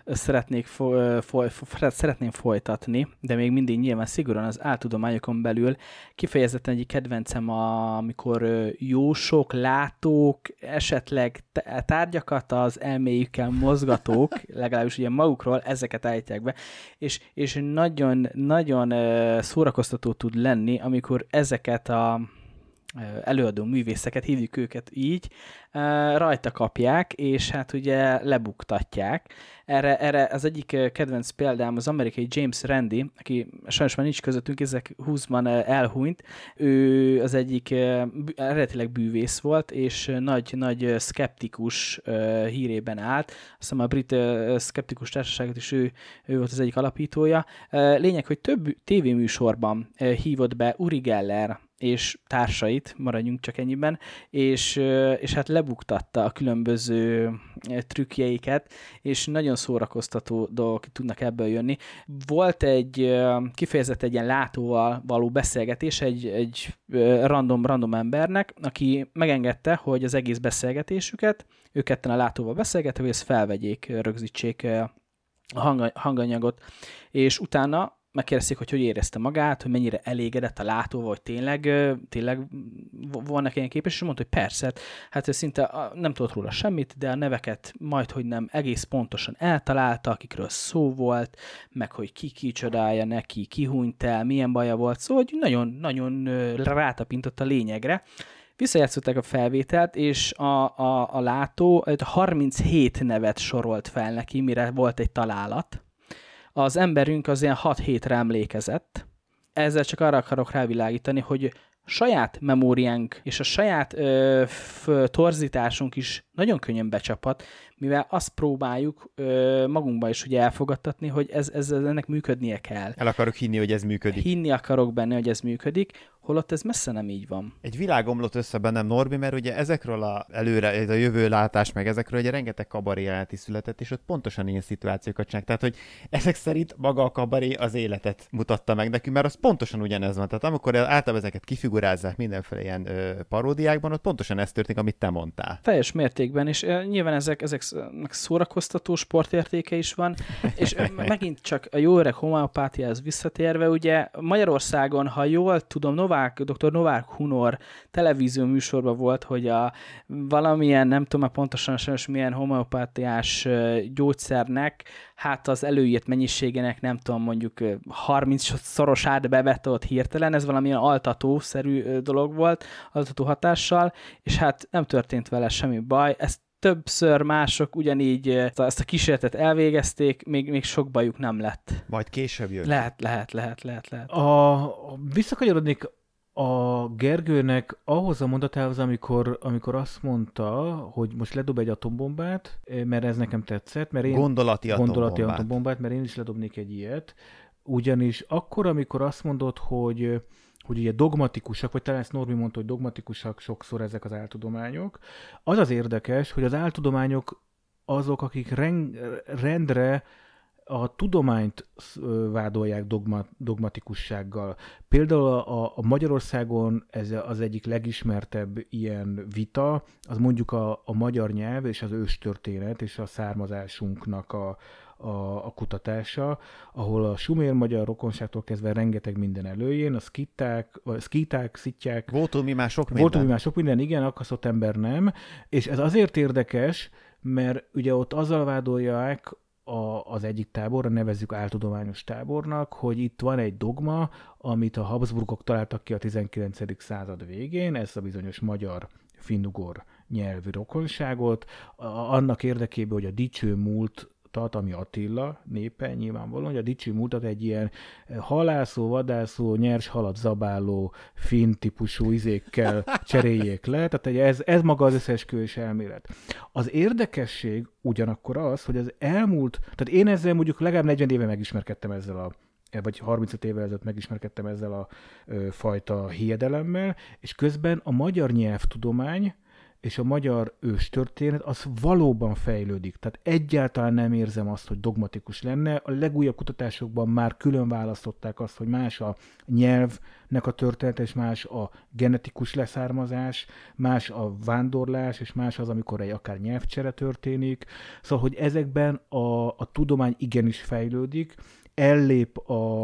szeretném folytatni, de még mindig nyilván szigorúan az áltudományokon belül kifejezetten egy kedvencem, amikor jósok, látók, esetleg tárgyakat az elméjükkel mozgatók, legalábbis ugye magukról ezeket állítják be, és nagyon, nagyon szórakoztató tud lenni, amikor ezeket a előadó művészeket, hívjuk őket így, rajta kapják, és hát ugye lebuktatják. Erre az egyik kedvenc példám az amerikai James Randi, aki sajnos már nincs közöttünk, ezek 20-ban elhunyt. Ő az egyik eredetileg bűvész volt, és nagy szkeptikus hírében állt. Azt hiszem a brit szkeptikus társaságot is ő volt az egyik alapítója. Lényeg, hogy több tévéműsorban hívott be Uri Geller és társait, maradjunk csak ennyiben, és hát lebuktatta a különböző trükkjeiket, és nagyon szórakoztató dolgok tudnak ebből jönni. Volt kifejezett egy ilyen látóval való beszélgetés egy random embernek, aki megengedte, hogy az egész beszélgetésüket, ők ketten a látóval beszélgettek, hogy ezt felvegyék, rögzítsék a hanganyagot, és utána megkérdezték, hogy érezte magát, hogy mennyire elégedett a látóval, hogy tényleg vannak ilyen képes, és mondta, hogy persze, hát szinte nem tudott róla semmit, de a neveket majdhogy nem egész pontosan eltalálta, akikről szó volt, meg hogy ki csodálja neki, ki hunyt el, milyen baja volt, szóval hogy nagyon rátapintott a lényegre. Visszajátszották a felvételt, és a látó 37 nevet sorolt fel neki, mire volt egy találat. Az emberünk az ilyen 6-7-re emlékezett. Ezzel csak arra akarok rávilágítani, hogy saját memóriánk és a saját torzításunk is nagyon könnyen becsaphat, mivel azt próbáljuk magunkba is ugye elfogadtatni, hogy ennek működnie kell. El akarok hinni, hogy ez működik. Hinni akarok benne, hogy ez működik, holott ez messze nem így van. Egy világ omlott össze bennem, Norbi, mert ugye ezekről a jövőlátás, meg ezekről ugye rengeteg kabaré jelenet született, és ott pontosan ilyen szituációkat csinálják. Tehát, hogy ezek szerint maga a kabaré az életet mutatta meg nekünk, mert az pontosan ugyanez van. Tehát amikor általában ezeket kifigurázzák mindenféle ilyen paródiákban, ott pontosan ez történik, amit te mondtál. Teljes mértékben, és nyilván ezeknek szórakoztató sportértéke is van, és megint csak a jó öreg homeopátiához visszatérve, ugye Magyarországon, ha jól tudom, dr. Novák Hunor televízió műsorban volt, hogy valamilyen, nem tudom pontosan sajnos milyen homeopátiás gyógyszernek, hát az előírt mennyiségének, nem tudom, mondjuk 30-szorosát bevett hirtelen, ez valamilyen altató-szerű dolog volt, altató hatással, és hát nem történt vele semmi baj, ezt többször mások ugyanígy ezt a kísérletet elvégezték, még sok bajuk nem lett. Majd később jön. Lehet. Visszakanyarodnék a Gergőnek ahhoz a mondatához, amikor azt mondta, hogy most ledob egy atombombát, mert ez nekem tetszett, mert én gondolati atombombát, mert én is ledobnék egy ilyet, ugyanis akkor, amikor azt mondod, hogy ugye dogmatikusak, vagy talán ezt Norbi mondta, hogy dogmatikusak sokszor ezek az áltudományok, az az érdekes, hogy az áltudományok azok, akik rendre a tudományt vádolják dogmatikussággal. Például a Magyarországon ez az egyik legismertebb ilyen vita, az mondjuk a magyar nyelv és az őstörténet és a származásunknak a kutatása, ahol a sumér-magyar rokonságtól kezdve rengeteg minden előjön, a szkíták, szittyák. Voltunk mi már sok minden. Igen, akaszott ember nem. És ez azért érdekes, mert ugye ott azzal vádolják az egyik táborra, nevezzük áltudományos tábornak, hogy itt van egy dogma, amit a Habsburgok találtak ki a 19. század végén, ez a bizonyos magyar finnugor nyelvű rokonságot, annak érdekében, hogy a dicső múltat, ami Attila népe, nyilvánvalóan, hogy a dicső múltat egy ilyen halászó, vadászó, nyers halat zabáló, finn típusú izékkel cseréljék le, tehát ez maga az összeesküvés elmélet. Az érdekesség ugyanakkor az, hogy az elmúlt, tehát én ezzel mondjuk legalább 40 éve megismerkedtem vagy 35 évvel ezelőtt megismerkedtem ezzel a fajta hiedelemmel, és közben a magyar nyelvtudomány és a magyar őstörténet az valóban fejlődik. Tehát egyáltalán nem érzem azt, hogy dogmatikus lenne. A legújabb kutatásokban már külön választották azt, hogy más a nyelvnek a történet, és más a genetikus leszármazás, más a vándorlás, és más az, amikor egy akár nyelvcsere történik. Szóval, hogy ezekben a tudomány igenis fejlődik, ellép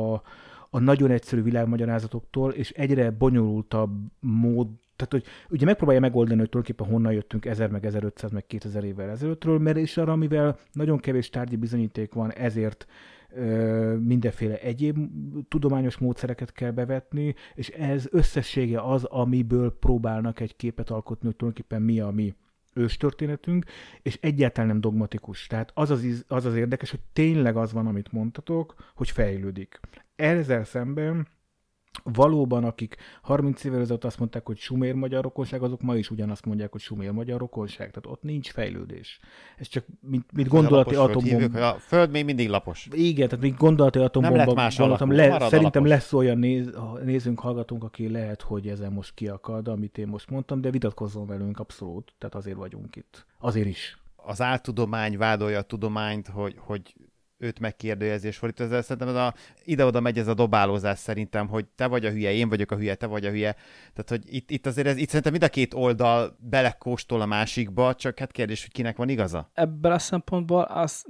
a nagyon egyszerű világmagyarázatoktól, és egyre bonyolultabb mód, tehát, hogy ugye megpróbálja megoldani, hogy tulajdonképpen honnan jöttünk 1000, meg 1500, meg 2000 évvel ezelőttről, mert és arra, amivel nagyon kevés tárgyi bizonyíték van, ezért mindenféle egyéb tudományos módszereket kell bevetni, és ez összessége az, amiből próbálnak egy képet alkotni, hogy tulajdonképpen mi a mi őstörténetünk, és egyáltalán nem dogmatikus. Tehát az az érdekes, hogy tényleg az van, amit mondtatok, hogy fejlődik. Ezzel szemben valóban, akik 30 évvel ezelőtt azt mondták, hogy sumér-magyar rokonság, azok ma is ugyanazt mondják, hogy sumér-magyar rokonság. Tehát ott nincs fejlődés. Ez csak mint gondolati atombomba. A Föld még mindig lapos. Igen, tehát mint gondolati atombomba gondoltam. Szerintem lesz olyan nézőnk, hallgatónk, aki lehet, hogy ezen most kiakad, amit én most mondtam, de vitatkozzon velünk abszolút. Tehát azért vagyunk itt. Azért is. Az áltudomány vádolja a tudományt, hogy őt megkérdőjelezés volt. Ezzel szerintem ide-oda megy ez a dobálózás szerintem, hogy te vagy a hülye, én vagyok a hülye, te vagy a hülye. Tehát, hogy itt azért itt szerintem mind a két oldal belekóstol a másikba, csak hát kérdés, hogy kinek van igaza? Ebből a szempontból az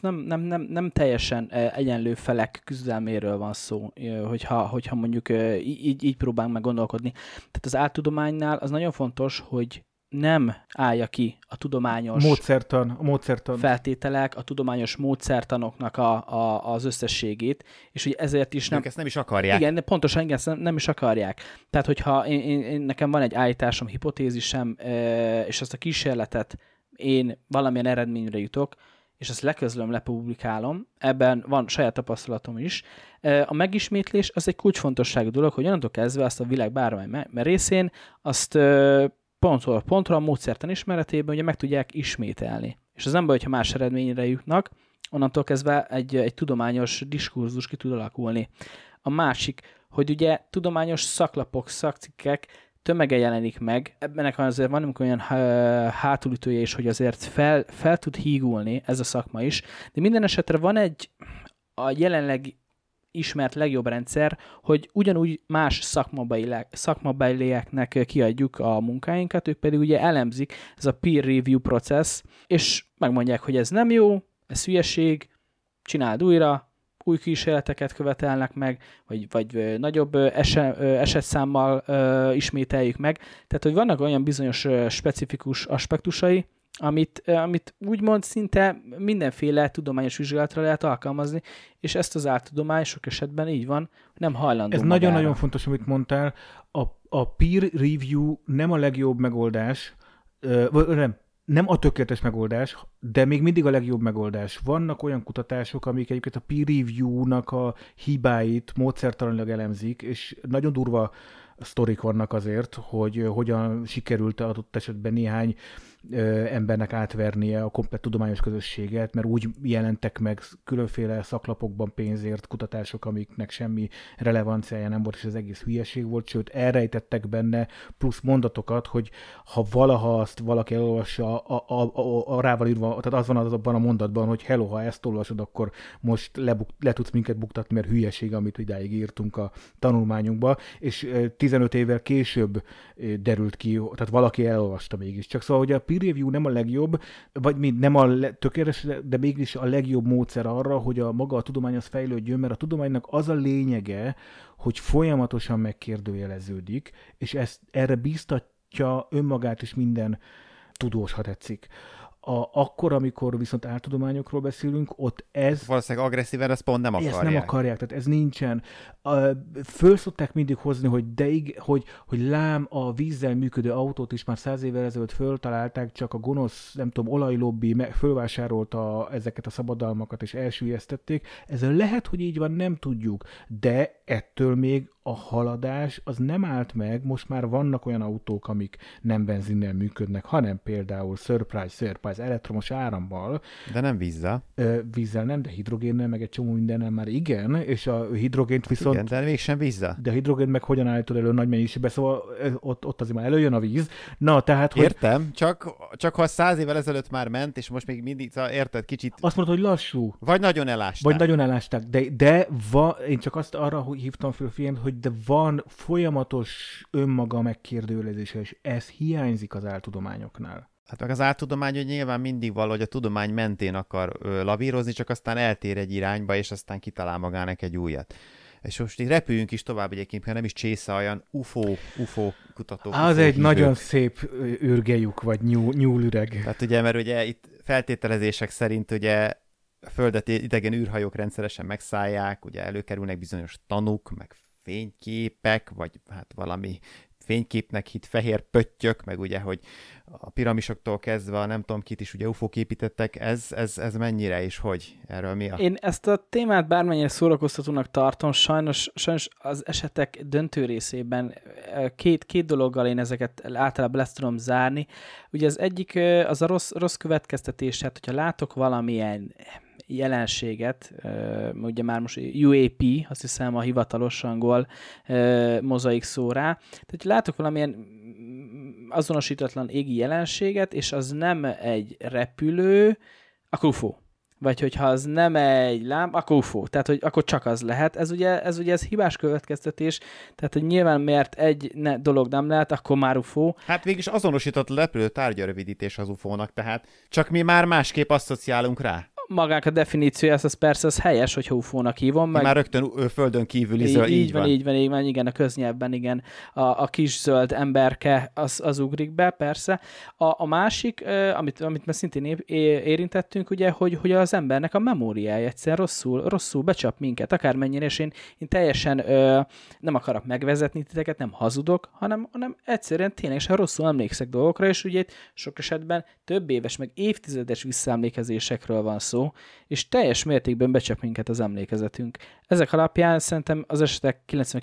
nem teljesen egyenlő felek küzdelméről van szó, hogyha mondjuk így próbálunk meg gondolkodni. Tehát az áltudománynál az nagyon fontos, hogy nem állja ki a tudományos módszertan feltételek, a tudományos módszertanoknak az összességét, és hogy ezért is nem... Ők ezt nem is akarják. Igen, pontosan igen, nem is akarják. Tehát, hogyha én nekem van egy állításom, hipotézisem, és azt a kísérletet én valamilyen eredményre jutok, és ezt leközlöm, lepublikálom, ebben van saját tapasztalatom is. A megismétlés az egy kulcsfontosságú dolog, hogy onnantól kezdve azt a világ bármely részén azt pontról pontra a módszertan ismeretében ugye meg tudják ismételni. És az nem baj, hogyha más eredményre jutnak, onnantól kezdve egy tudományos diskurzus ki tud alakulni. A másik, hogy ugye tudományos szaklapok, szakcikkek tömege jelenik meg, ebbenek azért van olyan hátulütője is, hogy azért fel tud hígulni ez a szakma is, de minden esetre van a jelenleg ismert legjobb rendszer, hogy ugyanúgy más szakmabelieknek kiadjuk a munkáinkat, ők pedig ugye elemzik, ez a peer review process, és megmondják, hogy ez nem jó, ez hülyeség, csináld újra, új kísérleteket követelnek meg, vagy nagyobb esetszámmal ismételjük meg. Tehát, hogy vannak olyan bizonyos specifikus aspektusai, amit úgymond szinte mindenféle tudományos vizsgálatra lehet alkalmazni, és ezt az áltudomány sok esetben így van, nem hajlandó Ez magára. nagyon-nagyon fontos, amit mondtál. A peer review nem a legjobb megoldás, nem a tökéletes megoldás, de még mindig a legjobb megoldás. Vannak olyan kutatások, amik egyébként a peer review-nak a hibáit módszertalanilag elemzik, és nagyon durva sztorik vannak azért, hogy hogyan sikerült adott esetben néhány embernek átvernie a komplett tudományos közösséget, mert úgy jelentek meg különféle szaklapokban pénzért kutatások, amiknek semmi relevanciája nem volt, és az egész hülyeség volt, sőt elrejtettek benne plusz mondatokat, hogy ha valaha azt valaki elolvassa, rával írva, tehát az van abban a mondatban, hogy hello, ha ezt olvasod, akkor most le tudsz minket buktatni, mert hülyeség, amit idáig írtunk a tanulmányunkba, és 15 évvel később derült ki, tehát valaki elolvasta mégis. Csak szóval, hogy a peer peer review nem a legjobb, vagy nem a tökéletes, de mégis a legjobb módszer arra, hogy maga a tudomány az fejlődjön, mert a tudománynak az a lényege, hogy folyamatosan megkérdőjeleződik, és erre bíztatja önmagát is minden tudós, ha tetszik. Akkor, amikor viszont áltudományokról beszélünk, ott ez... Valószínűleg agresszíven ezt pont nem akarják. Ezt nem akarják, tehát ez nincsen. Föl szokták mindig hozni, hogy lám a vízzel működő autót is már 100 évvel ezelőtt föltalálták, csak a gonosz, nem tudom, olajlobbi fölvásárolta ezeket a szabadalmakat és elsüllyesztették. Ez lehet, hogy így van, nem tudjuk, de ettől még a haladás az nem állt meg, most már vannak olyan autók, amik nem benzinnel működnek, hanem például surprise, elektromos árammal. De nem vízzel. Vízzel nem, de hidrogénnel, meg egy csomó mindennel már igen, és a hidrogént viszont... Igen, de mégsem vízzel. De a hidrogént meg hogyan állítod elő nagy mennyiségben, szóval ott azért már előjön a víz. Na, tehát, hogy... Értem, csak ha 100 évvel ezelőtt már ment, és most még mindig, érted, kicsit... Azt mondod, hogy lassú. Vagy nagyon elásták. De én csak azt arra hívtam föl figyelmet, hogy de van folyamatos önmaga megkérdőjelezése, és ez hiányzik az áltudományoknál. Hát meg az áltudomány, hogy nyilván mindig valahogy a tudomány mentén akar lavírozni, csak aztán eltér egy irányba, és aztán kitalál magának egy újat. És most így repüljünk is tovább egyébként, ha nem is csésze olyan UFO kutatók. Az egy nagyon szép ürgelyük, vagy nyúlüreg. Tehát ugye, mert ugye itt feltételezések szerint ugye a Földet idegen űrhajók rendszeresen megszállják, ugye előkerülnek bizonyos tanúk, meg fényképek, vagy hát valami fényképnek hit fehér pöttyök, meg ugye, hogy a piramisoktól kezdve nem tudom kit is ugye UFO-k építettek, ez mennyire és hogy? Erről mi a... Én ezt a témát bármennyire szórakoztatónak tartom, sajnos az esetek döntő részében két dologgal én ezeket általában lesz tudom zárni. Ugye az egyik az a rossz következtetés, hát hogyha látok valamilyen jelenséget, ugye már most UAP, azt hiszem a hivatalos angol mozaik szó rá. Tehát, hogy látok valamilyen azonosítatlan égi jelenséget, és az nem egy repülő, akkor UFO. Vagy hogyha az nem egy lám, akkor UFO. Tehát, hogy akkor csak az lehet. Ez ugye hibás következtetés. Tehát, hogy nyilván mert egy dolog nem lehet, akkor már UFO. Hát végülis azonosított repülő tárgya-rövidítés az UFO-nak, tehát csak mi már másképp asszociálunk rá. Magának a definíciója, az persze az helyes, hogyha UFO-nak hívom. Meg... Már rögtön földön kívüli zöld. Így van, igen, a köznyelvben, igen. A kis zöld emberke, az ugrik be, persze. A másik, amit már szintén érintettünk, ugye, hogy az embernek a memóriája egyszerűen rosszul becsap minket, akármennyire, és én teljesen nem akarok megvezetni titeket, nem hazudok, hanem egyszerűen ténylegesen rosszul emlékszek dolgokra, és ugye itt sok esetben több éves, meg évtizedes visszaemlékezésekről van szó, és teljes mértékben becsap minket az emlékezetünk. Ezek alapján szerintem az esetek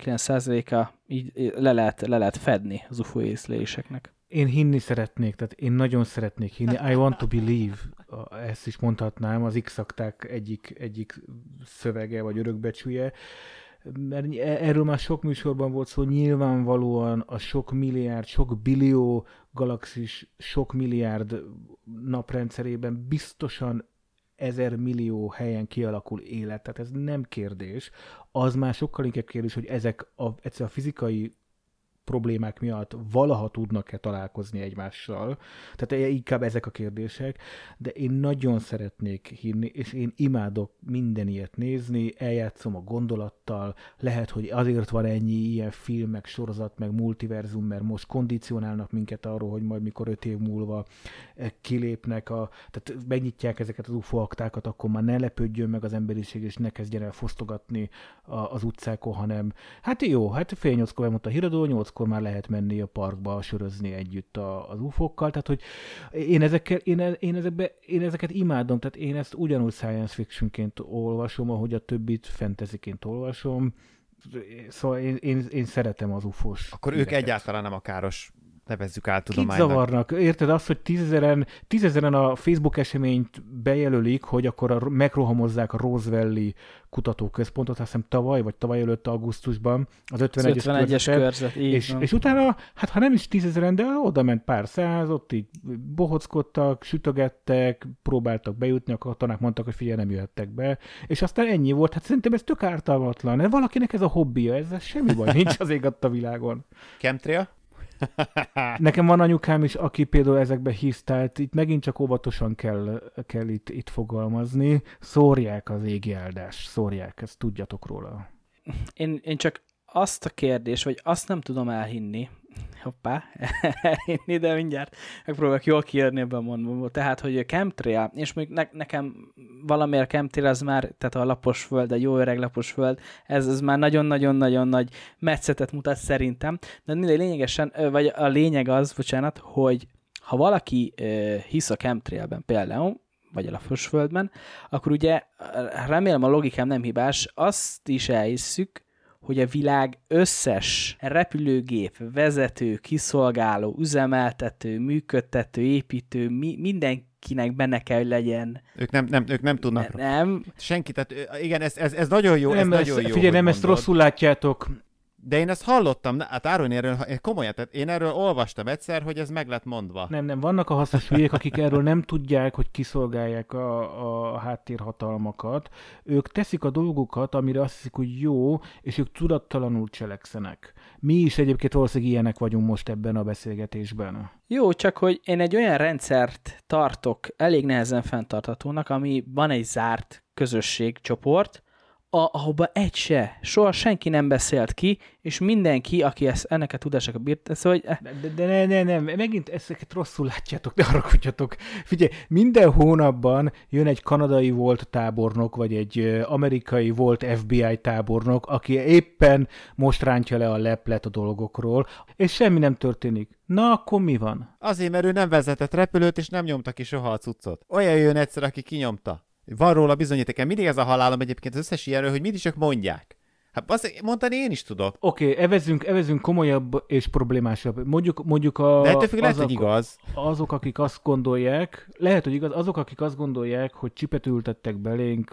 99%-a így le lehet fedni az UFO észleléseknek. Én hinni szeretnék, tehát én nagyon szeretnék hinni. I want to believe, ezt is mondhatnám, az X-akták egyik szövege, vagy örökbecsülje. Mert erről már sok műsorban volt szó, nyilvánvalóan a sok milliárd, sok billió galaxis, sok milliárd naprendszerében biztosan 1000 millió helyen kialakul élet, tehát ez nem kérdés. Az már sokkal inkább kérdés, hogy ezek a fizikai problémák miatt valaha tudnak-e találkozni egymással. Tehát inkább ezek a kérdések, de én nagyon szeretnék hinni, és én imádok minden ilyet nézni, eljátszom a gondolattal, lehet, hogy azért van ennyi ilyen film, meg sorozat, meg multiverzum, mert most kondicionálnak minket arról, hogy majd mikor 5 év múlva kilépnek, tehát megnyitják ezeket az UFO aktákat, akkor már ne lepődjön meg az emberiség, és ne kezdjen el fosztogatni az utcákon, hanem hát jó, hát fél 8-kor elmondta a híradó, 8-kor már lehet menni a parkba sörözni együtt az UFO-kkal, tehát hogy én ezeket imádom, tehát én ezt ugyanúgy science fictionként olvasom, ahogy a többit fantasyként olvasom, szóval én szeretem az UFO-s Akkor híreket. Ők egyáltalán nem a káros, nevezzük áltudománynak. Kit zavarnak? Érted azt, hogy 10 000-en a Facebook eseményt bejelölik, hogy akkor megrohamozzák a Roswell-i kutatóközpontot, azt hiszem tavaly előtt augusztusban, az 51-es körzet. És utána, hát ha nem is 10 000-en, de oda ment pár száz, ott így bohockodtak, sütögettek, próbáltak bejutni, a katonák mondtak, hogy figyelj, nem jöhettek be, és aztán ennyi volt. Hát szerintem ez tök ártalmatlan. Valakinek ez a hobbija, ez semmi baj nincs az ég a világon. Chemtrail? Nekem van anyukám is, aki például ezekbe hisz, tehát itt megint csak óvatosan kell itt fogalmazni. Szórják az égi áldást, szórják, ezt tudjatok róla. Én csak azt a kérdés, vagy azt nem tudom elhinni, elhinni, de mindjárt megpróbálok jól kiírni ebben a mondomból. Tehát, hogy a chemtrail, és még nekem valamiért chemtrail az már, tehát a lapos föld, a jó öreg lapos föld, ez már nagyon-nagyon-nagyon nagy metszetet mutat szerintem. De lényegesen, vagy a lényeg az, bocsánat, hogy ha valaki hisz a chemtrailben például, vagy a lapos földben, akkor ugye remélem a logikám nem hibás, azt is elhisszük, hogy a világ összes repülőgép, vezető, kiszolgáló, üzemeltető, működtető, építő, mindenkinek benne kell, hogy legyen. Ők nem tudnak. Nem. Senki, tehát igen, ez nagyon jó, nem, nagyon jó. Figyelj, nem, ezt rosszul látjátok. De én ezt hallottam, hát árulni erről, komolyan, tehát én erről olvastam egyszer, hogy ez meg lett mondva. Nem, vannak a hasznos hülyék, akik erről nem tudják, hogy kiszolgálják a háttérhatalmakat. Ők teszik a dolgukat, amire azt hiszik, hogy jó, és ők tudattalanul cselekszenek. Mi is egyébként valószínűleg ilyenek vagyunk most ebben a beszélgetésben. Jó, csak hogy én egy olyan rendszert tartok elég nehezen fenntarthatónak, ami van egy zárt közösségcsoport, ahova soha senki nem beszélt ki, és mindenki, aki ennek a tudásnak a bírt, szóval, hogy... De nem, megint ezeket rosszul látjátok, ne haragudjatok. Figyelj, minden hónapban jön egy kanadai volt tábornok, vagy egy amerikai volt FBI tábornok, aki éppen most rántja le a leplet a dolgokról, és semmi nem történik. Na, akkor mi van? Azért, mert ő nem vezetett repülőt, és nem nyomta ki soha a cuccot. Olyan jön egyszer, aki kinyomta. Van róla bizonyíték. Mindig ez a halálom egyébként az összes ilyenről, hogy mindig csak mondják. Hát azt mondani én is tudok. Oké, evezzünk komolyabb és problémásabb. Mondjuk de ettől függ, lehet, hogy igaz. Azok, akik azt gondolják, lehet, hogy igaz, azok, akik azt gondolják, hogy csipet ültettek belénk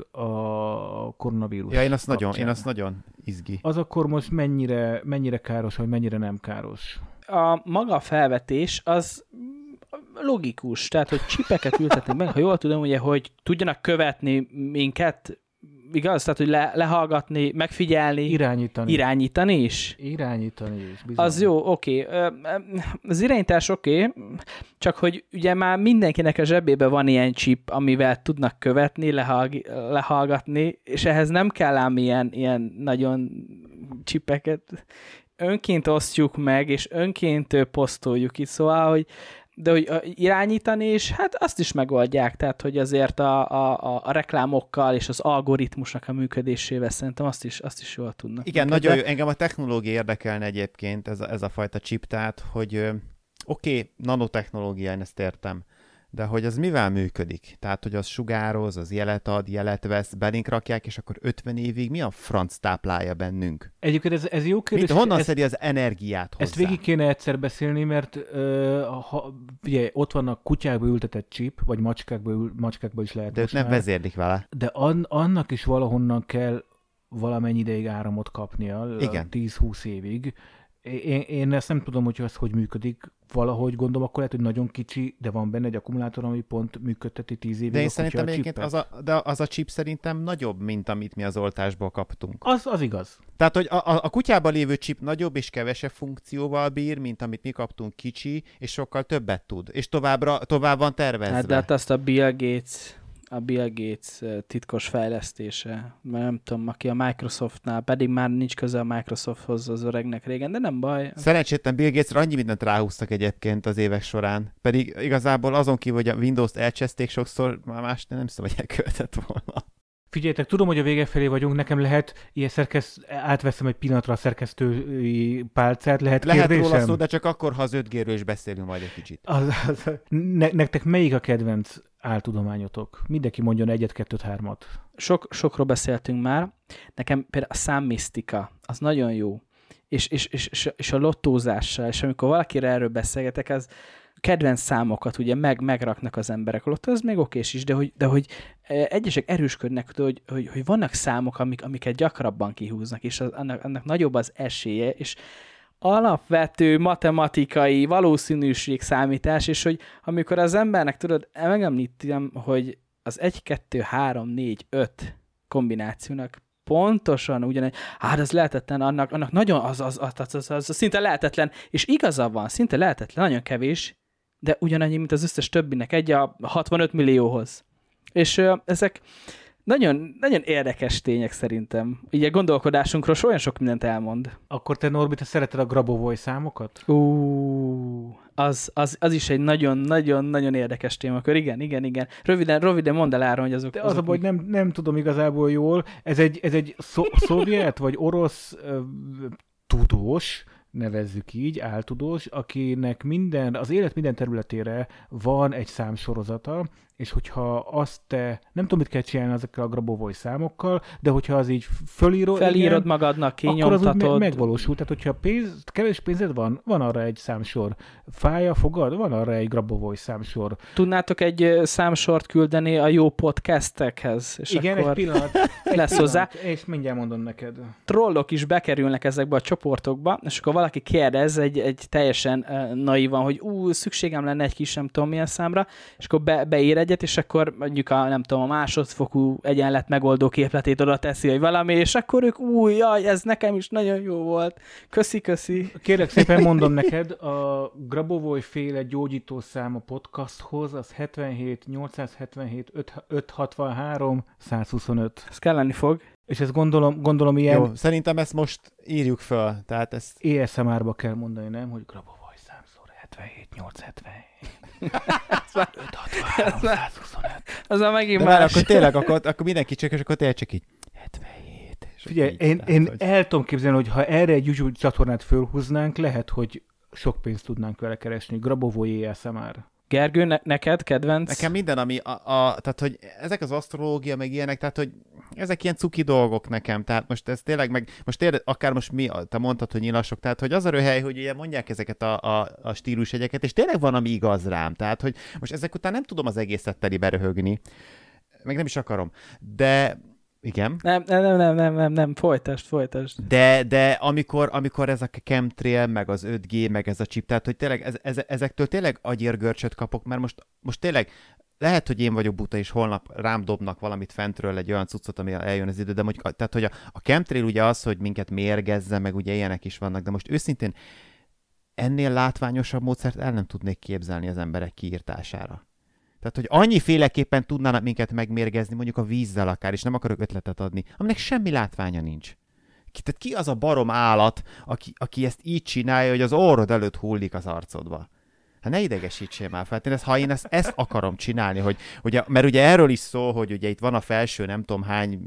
a koronavírus. Ja, én azt nagyon izgi. Az akkor most mennyire káros, vagy mennyire nem káros? A maga felvetés az logikus, tehát, hogy csipeket ültetnek meg, ha jól tudom, ugye, hogy tudjanak követni minket, igaz? Tehát, hogy lehallgatni, megfigyelni. Irányítani is? Irányítani is, bizony. Az jó, oké. Az irányítás oké, csak hogy ugye már mindenkinek a zsebében van ilyen chip, amivel tudnak követni, lehallgatni, és ehhez nem kell ám ilyen nagyon csipeket. Önként osztjuk meg, és önként posztoljuk itt, szóval, hogy irányítani is, hát azt is megoldják, tehát hogy azért a reklámokkal és az algoritmusnak a működésével szerintem azt is jól tudnak. Igen, nagyon jó. Engem a technológia érdekelne egyébként, ez a fajta chip, tehát hogy oké, nanotechnológia, én ezt értem, de hogy az mivel működik? Tehát, hogy az sugároz, az jelet ad, jelet vesz, belénk rakják, és akkor 50 évig mi a franc táplálja bennünk? Egyébként ez jó kérdés. Honnan szedi az energiát hozzá? Ezt végig kéne egyszer beszélni, mert ugye ott vannak kutyákba ültetett chip, vagy macskákba is lehet. De ők nem vezérlik vele. De annak is valahonnan kell valamennyi ideig áramot kapnia, 10-20 évig. Én ezt nem tudom, hogy ez hogy működik. Valahogy gondolom, akkor lehet, hogy nagyon kicsi, de van benne egy akkumulátor, ami pont működteti 10 évig. De én szerintem egyébként az a chip szerintem nagyobb, mint amit mi az oltásból kaptunk. Az igaz. Tehát, hogy a kutyában lévő chip nagyobb és kevesebb funkcióval bír, mint amit mi kaptunk, kicsi, és sokkal többet tud. És tovább van tervezve. Hát de hát azt a Bill Gates titkos fejlesztése, mert nem tudom, aki a Microsoftnál, pedig már nincs köze a Microsofthoz az öregnek régen, de nem baj. Szerencsétlen Bill Gatesre annyi mindent ráhúztak egyébként az évek során. Pedig igazából azon kívül, hogy a Windows-t elcseszték sokszor, már más nem hiszem, hogy elkövetett volna. Figyeljetek, tudom, hogy a vége felé vagyunk, nekem lehet ilyen átveszem egy pillanatra a szerkesztői pálcát, lehet kérdésem? Róla szó, de csak akkor, ha az 5G-ről is beszélünk majd egy kicsit. Nektek melyik a kedvenc áltudományotok? Mindenki mondjon 1-2-3-at. Sokról beszéltünk már. Nekem például a számmisztika, az nagyon jó. És a lottózással, és amikor valakire erről beszélgetek, az kedvenc számokat ugye megraknak az emberek alatt, az még okés is, de hogy egyesek erősködnek, hogy vannak számok, amiket gyakrabban kihúznak, és annak nagyobb az esélye, és alapvető matematikai valószínűségszámítás, és hogy amikor az embernek, tudod, megemlítem, hogy az 1, 2, 3, 4, 5 kombinációnak pontosan ugyanegy, az lehetetlen, annak nagyon, az szinte lehetetlen, és igaza van, szinte lehetetlen, nagyon kevés, de ugyanannyi, mint az összes többinek, egy a 65 millióhoz. És ezek nagyon, nagyon érdekes tények szerintem. Így a gondolkodásunkról olyan sok mindent elmond. Akkor te, Norbi, te szereted a Grabovoi számokat? Az is egy nagyon-nagyon-nagyon érdekes témakör. Igen. Röviden mondd el Áron, hogy azok... De az a baj, hogy nem tudom igazából jól. Ez egy szovjet vagy orosz tudós, nevezzük így, áltudós, akinek az élet minden területére van egy számsorozata, és hogyha azt te, nem tudom, mit kell csinálni ezekkel a Grabovoi számokkal, de hogyha az így felírod magadnak, kinyomtatod. Akkor az úgy megvalósul. Tehát, hogyha kevés pénzed van arra egy számsor. Fáj a fogad? Van arra egy Grabovoi számsor. Tudnátok egy számsort küldeni a jó podcastekhez? És igen, akkor egy pillanat. lesz hozzá. És mindjárt mondom neked. Trollok is bekerülnek ezekbe a csoportokba, és akkor valaki kérdez egy teljesen naívan, hogy szükségem lenne egy kis nem tudom milyen számra, és akkor beír egyet, és akkor mondjuk a másodfokú egyenlet megoldó képletét oda teszi, vagy valami, és akkor ők ez nekem is nagyon jó volt. Köszi. Kérlek szépen mondom neked, a Grabovoi féle gyógyítószám a podcasthoz, az 77 877 563 125. Ez kelleni fog. És ezt gondolom ilyen... Jó, szerintem ezt most írjuk föl. Tehát ezt... ASMR-ba kell mondani, nem? Hogy Grabovoi számszor 77 877 563 125. Az a megint de más. már akkor tényleg, akkor mindenki csak, és akkor tényleg csak így 77. Figyelj, én el tudom képzelni, hogy ha erre egy YouTube csatornát fölhúznánk, lehet, hogy sok pénzt tudnánk vele keresni. Grabovoi ASMR. Gergő, neked kedvenc? Nekem minden, ami tehát, hogy ezek az asztrológia, meg ilyenek, tehát, hogy ezek ilyen cuki dolgok nekem, tehát most ez tényleg, akár most te mondtad, hogy nyilasok, tehát, hogy az a röhely, hogy ugye mondják ezeket a stílusjegyeket, és tényleg van, ami igaz rám, tehát, hogy most ezek után nem tudom az egészet telibe röhögni, meg nem is akarom, de igen. Nem, folytasd. De amikor ez a chemtrail, meg az 5G, meg ez a chip, tehát hogy tényleg ezektől tényleg agyérgörcsöt kapok, mert most tényleg lehet, hogy én vagyok buta, és holnap rám dobnak valamit fentről, egy olyan cuccot, ami eljön az idő, de mondjuk, tehát hogy a chemtrail ugye az, hogy minket mérgezze, meg ugye ilyenek is vannak, de most őszintén ennél látványosabb módszert el nem tudnék képzelni az emberek kiírtására. Tehát, hogy annyiféleképpen tudnának minket megmérgezni, mondjuk a vízzel akár, és nem akarok ötletet adni, aminek semmi látványa nincs. Tehát ki az a barom állat, aki ezt így csinálja, hogy az orrod előtt hullik az arcodba? Hát ne idegesítsél már fel. Ha én ezt akarom csinálni, hogy ugye, mert ugye erről is szól, hogy ugye itt van a felső nem tudom hány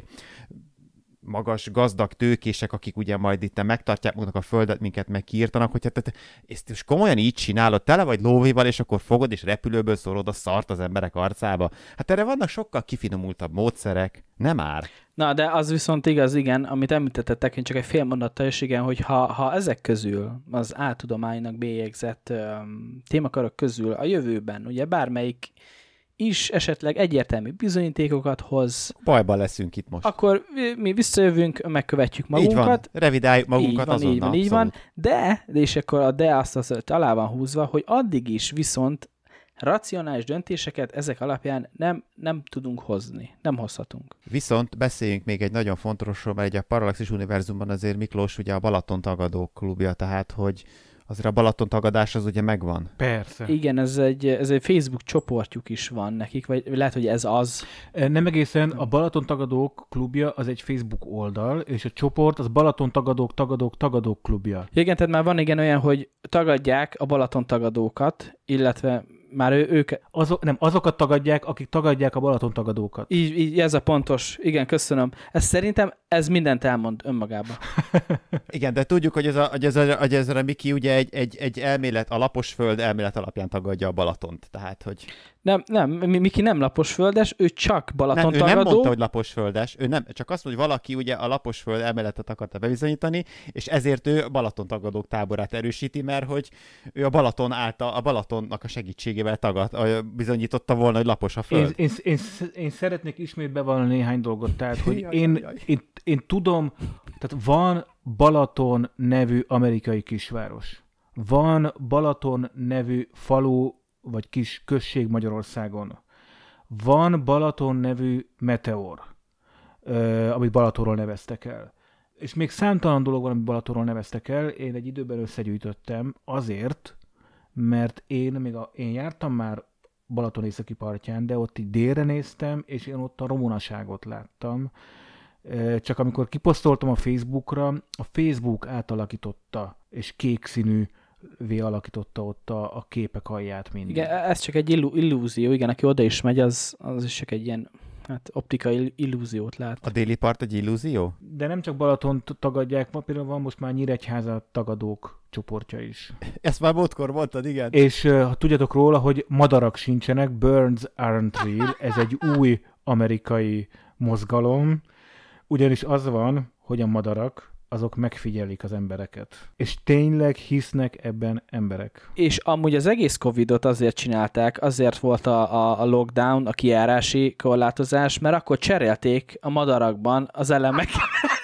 magas, gazdag tőkések, akik ugye majd itt megtartják maguknak a földet, minket megkiírtanak, hogy hát ezt most komolyan így csinálod, tele vagy lóvéval, és akkor fogod, és repülőből szórod a szart az emberek arcába. Hát erre vannak sokkal kifinomultabb módszerek. Nem ár. Na, de az viszont igaz, igen, amit említettetek, én csak egy fél mondattal is, igen, hogy ha ezek közül, az áltudománynak bélyegzett témakörök közül a jövőben, ugye bármelyik is esetleg egyértelmű bizonyítékokat hoz. Bajban leszünk itt most. Akkor mi visszajövünk, megkövetjük magunkat. Így van, revidáljuk magunkat azonnal. Így van, de, és akkor a de azt alá van húzva, hogy addig is viszont racionális döntéseket ezek alapján nem tudunk hozni. Nem hozhatunk. Viszont beszéljünk még egy nagyon fontosról, mert ugye a Parallaxis univerzumban azért Miklós ugye a Balaton tagadó klubja, tehát hogy azért a Balaton tagadás az ugye megvan. Persze. Igen, ez egy Facebook csoportjuk is van nekik, vagy lehet, hogy ez az. Nem egészen, a Balaton tagadók klubja az egy Facebook oldal, és a csoport az Balaton tagadók klubja. Igen, tehát már van igen olyan, hogy tagadják a Balaton tagadókat, illetve már ők... Azokat tagadják, akik tagadják a Balaton tagadókat. Így ez a pontos. Igen, köszönöm. Szerintem ez mindent elmond önmagában. Igen, de tudjuk, hogy ez a Miki ugye egy elmélet, a laposföld elmélet alapján tagadja a Balatont. Tehát, hogy... Nem, Miki nem laposföldes, ő csak Balaton tagadó. Ő nem mondta, hogy laposföldes, ő nem, csak azt mondja, hogy valaki ugye a laposföld elméletet akarta bebizonyítani, és ezért ő Balaton tagadók táborát erősíti, mert hogy ő a Balatonnak a segítségével bizonyította volna, hogy lapos a föld. Én szeretnék ismét bevallani néhány dolgot, tehát, hogy én tudom, tehát van Balaton nevű amerikai kisváros. Van Balaton nevű falu vagy kis község Magyarországon. Van Balaton nevű meteor. amit Balatonról neveztek el. És még számtalan dolog van, amit Balatonról neveztek el. Én egy időben összegyűjtöttem azért, mert én jártam már Balaton északi partján, de ott így délre néztem, és én ott a romonaságot láttam. Csak amikor kiposztoltam a Facebookra, a Facebook átalakította, és kék színűvé alakította ott a képek alját mindig. Igen, ez csak egy illúzió, igen, aki oda is megy, az is csak egy ilyen optikai illúziót lát. A déli part egy illúzió? De nem csak Balatont tagadják, például van most már Nyíregyháza tagadók csoportja is. Ezt már múltkor mondtad, igen. És ha tudjatok róla, hogy madarak sincsenek, birds aren't real, ez egy új amerikai mozgalom, ugyanis az van, hogy a madarak azok megfigyelik az embereket. És tényleg hisznek ebben emberek. És amúgy az egész Covidot azért csinálták, azért volt a lockdown, a kijárási korlátozás, mert akkor cserélték a madarakban az elemeket.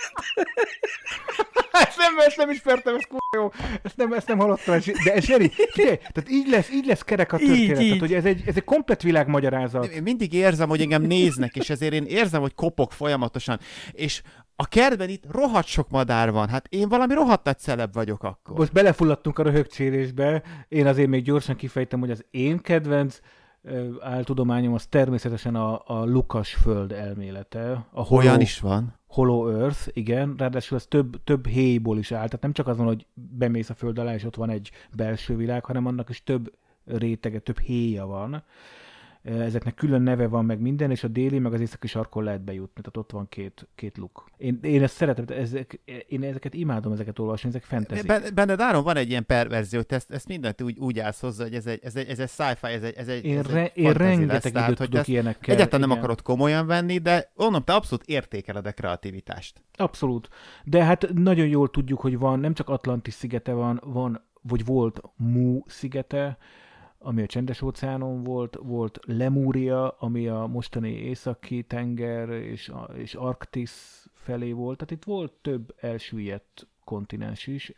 Ezt nem ismertem, ez jó. Ezt nem hallottam. De ez Zseri, figyelj, tehát így lesz kerek a történet. Tehát, hogy ez egy komplett világmagyarázat. Én mindig érzem, hogy engem néznek, és ezért én érzem, hogy kopok folyamatosan. És a kertben itt rohadt sok madár van. Hát én valami rohadt nagy celeb vagyok akkor. Most belefulladtunk a röhögcsélésbe. Én azért még gyorsan kifejtem, hogy az én kedvenc áltudományom az természetesen a Lukas föld elmélete. Olyan is van. Hollow Earth, igen, ráadásul ez több héjból is áll, tehát nem csak az van, hogy bemész a föld alá, és ott van egy belső világ, hanem annak is több rétege, több héja van. Ezeknek külön neve van meg minden, és a déli, meg az északi sarkon lehet bejutni, tehát ott van két luk. Én ezt szeretem, én ezeket imádom, ezeket olvasni, ezek fantasy. Benned Áron van egy ilyen perverzió, hogy ezt mindent úgy állsz hozzá, hogy ez egy sci-fi, ez egy Én rengeteg időt tudok ilyenekkel. Egyáltalán nem akarod komolyan venni, de mondom, te abszolút értékeled a kreativitást. Abszolút. De hát nagyon jól tudjuk, hogy van, nem csak Atlantis szigete van, vagy volt Mu szigete, ami a Csendes-óceánon volt Lemúria, ami a mostani északi tenger és Arktisz felé volt. Tehát itt volt több elsüllyedt kontinens is.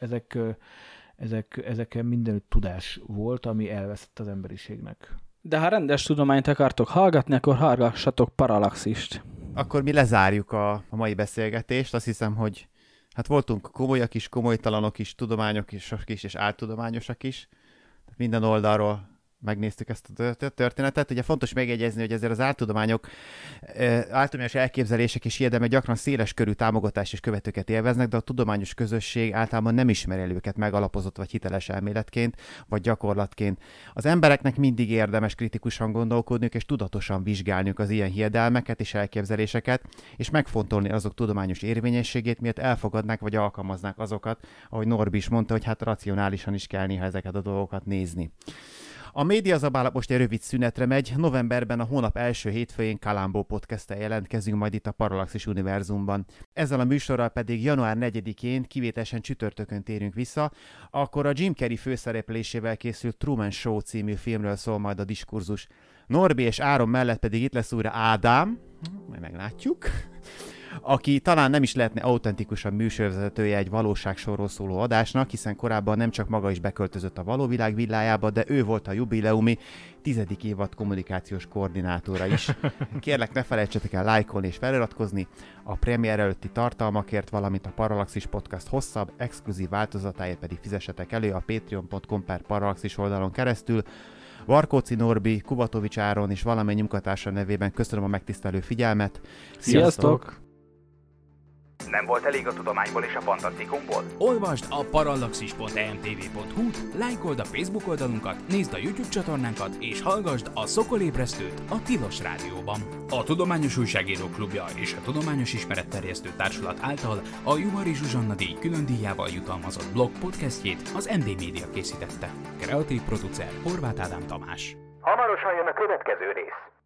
Ezeken mindenütt tudás volt, ami elveszett az emberiségnek. De ha rendes tudományt akartok hallgatni, akkor hallgassatok Parallaxist. Akkor mi lezárjuk a mai beszélgetést. Azt hiszem, hogy hát voltunk komolyak is, komolytalanok is, tudományok is, és áltudományosak is. Minden oldalról megnéztük ezt a történetet. Ugye fontos megjegyezni, hogy ezért az áltudományos elképzelések és hiedelmek gyakran széles körű támogatás és követőket élveznek, de a tudományos közösség általában nem ismeri el őket megalapozott vagy hiteles elméletként, vagy gyakorlatként. Az embereknek mindig érdemes kritikusan gondolkodniuk és tudatosan vizsgálniuk az ilyen hiedelmeket és elképzeléseket, és megfontolni azok tudományos érvényességét, miért elfogadnák vagy alkalmaznák azokat, ahogy Norbi is mondta, hogy hát racionálisan is kell néha ezeket a dolgokat nézni. A Médiazabálap most egy rövid szünetre megy. Novemberben a hónap első hétfőjén Kalambó podcasttel jelentkezünk majd itt a Parallaxis univerzumban. Ezzel a műsorral pedig január 4-én kivételesen csütörtökön térünk vissza, akkor a Jim Carrey főszereplésével készült Truman Show című filmről szól majd a diskurzus. Norbi és Áron mellett pedig itt lesz újra Ádám, majd meglátjuk, aki talán nem is lehetne autentikusan műsorvezetője egy valóságsorról szóló adásnak, hiszen korábban nem csak maga is beköltözött a való világ villájába, de ő volt a jubileumi 10. évad kommunikációs koordinátora is. Kérlek, ne felejtsetek el lájkolni és feliratkozni a premier előtti tartalmakért, valamint a Parallaxis Podcast hosszabb, exkluzív változatáért pedig fizessetek elő a patreon.com/Parallaxis oldalon keresztül. Varkóci Norbi, Kubatovics Áron és valamennyi munkatársa nevében köszönöm a megtisztelő figyelmet. Sziasztok! Nem volt elég a tudományból és a fantasztikumból? Olvasd a parallaxis.emtv.hu-t, lájkold a Facebook oldalunkat, nézd a YouTube csatornánkat, és hallgasd a Szokolébresztőt a Tilos Rádióban. A Tudományos Újságírók Klubja és a Tudományos Ismeretterjesztő Társulat által a Juhari Zsuzsanna díj külön díjával jutalmazott blog podcastjét az MD Media készítette. Kreatív producer Horváth Ádám Tamás. Hamarosan jön a következő rész.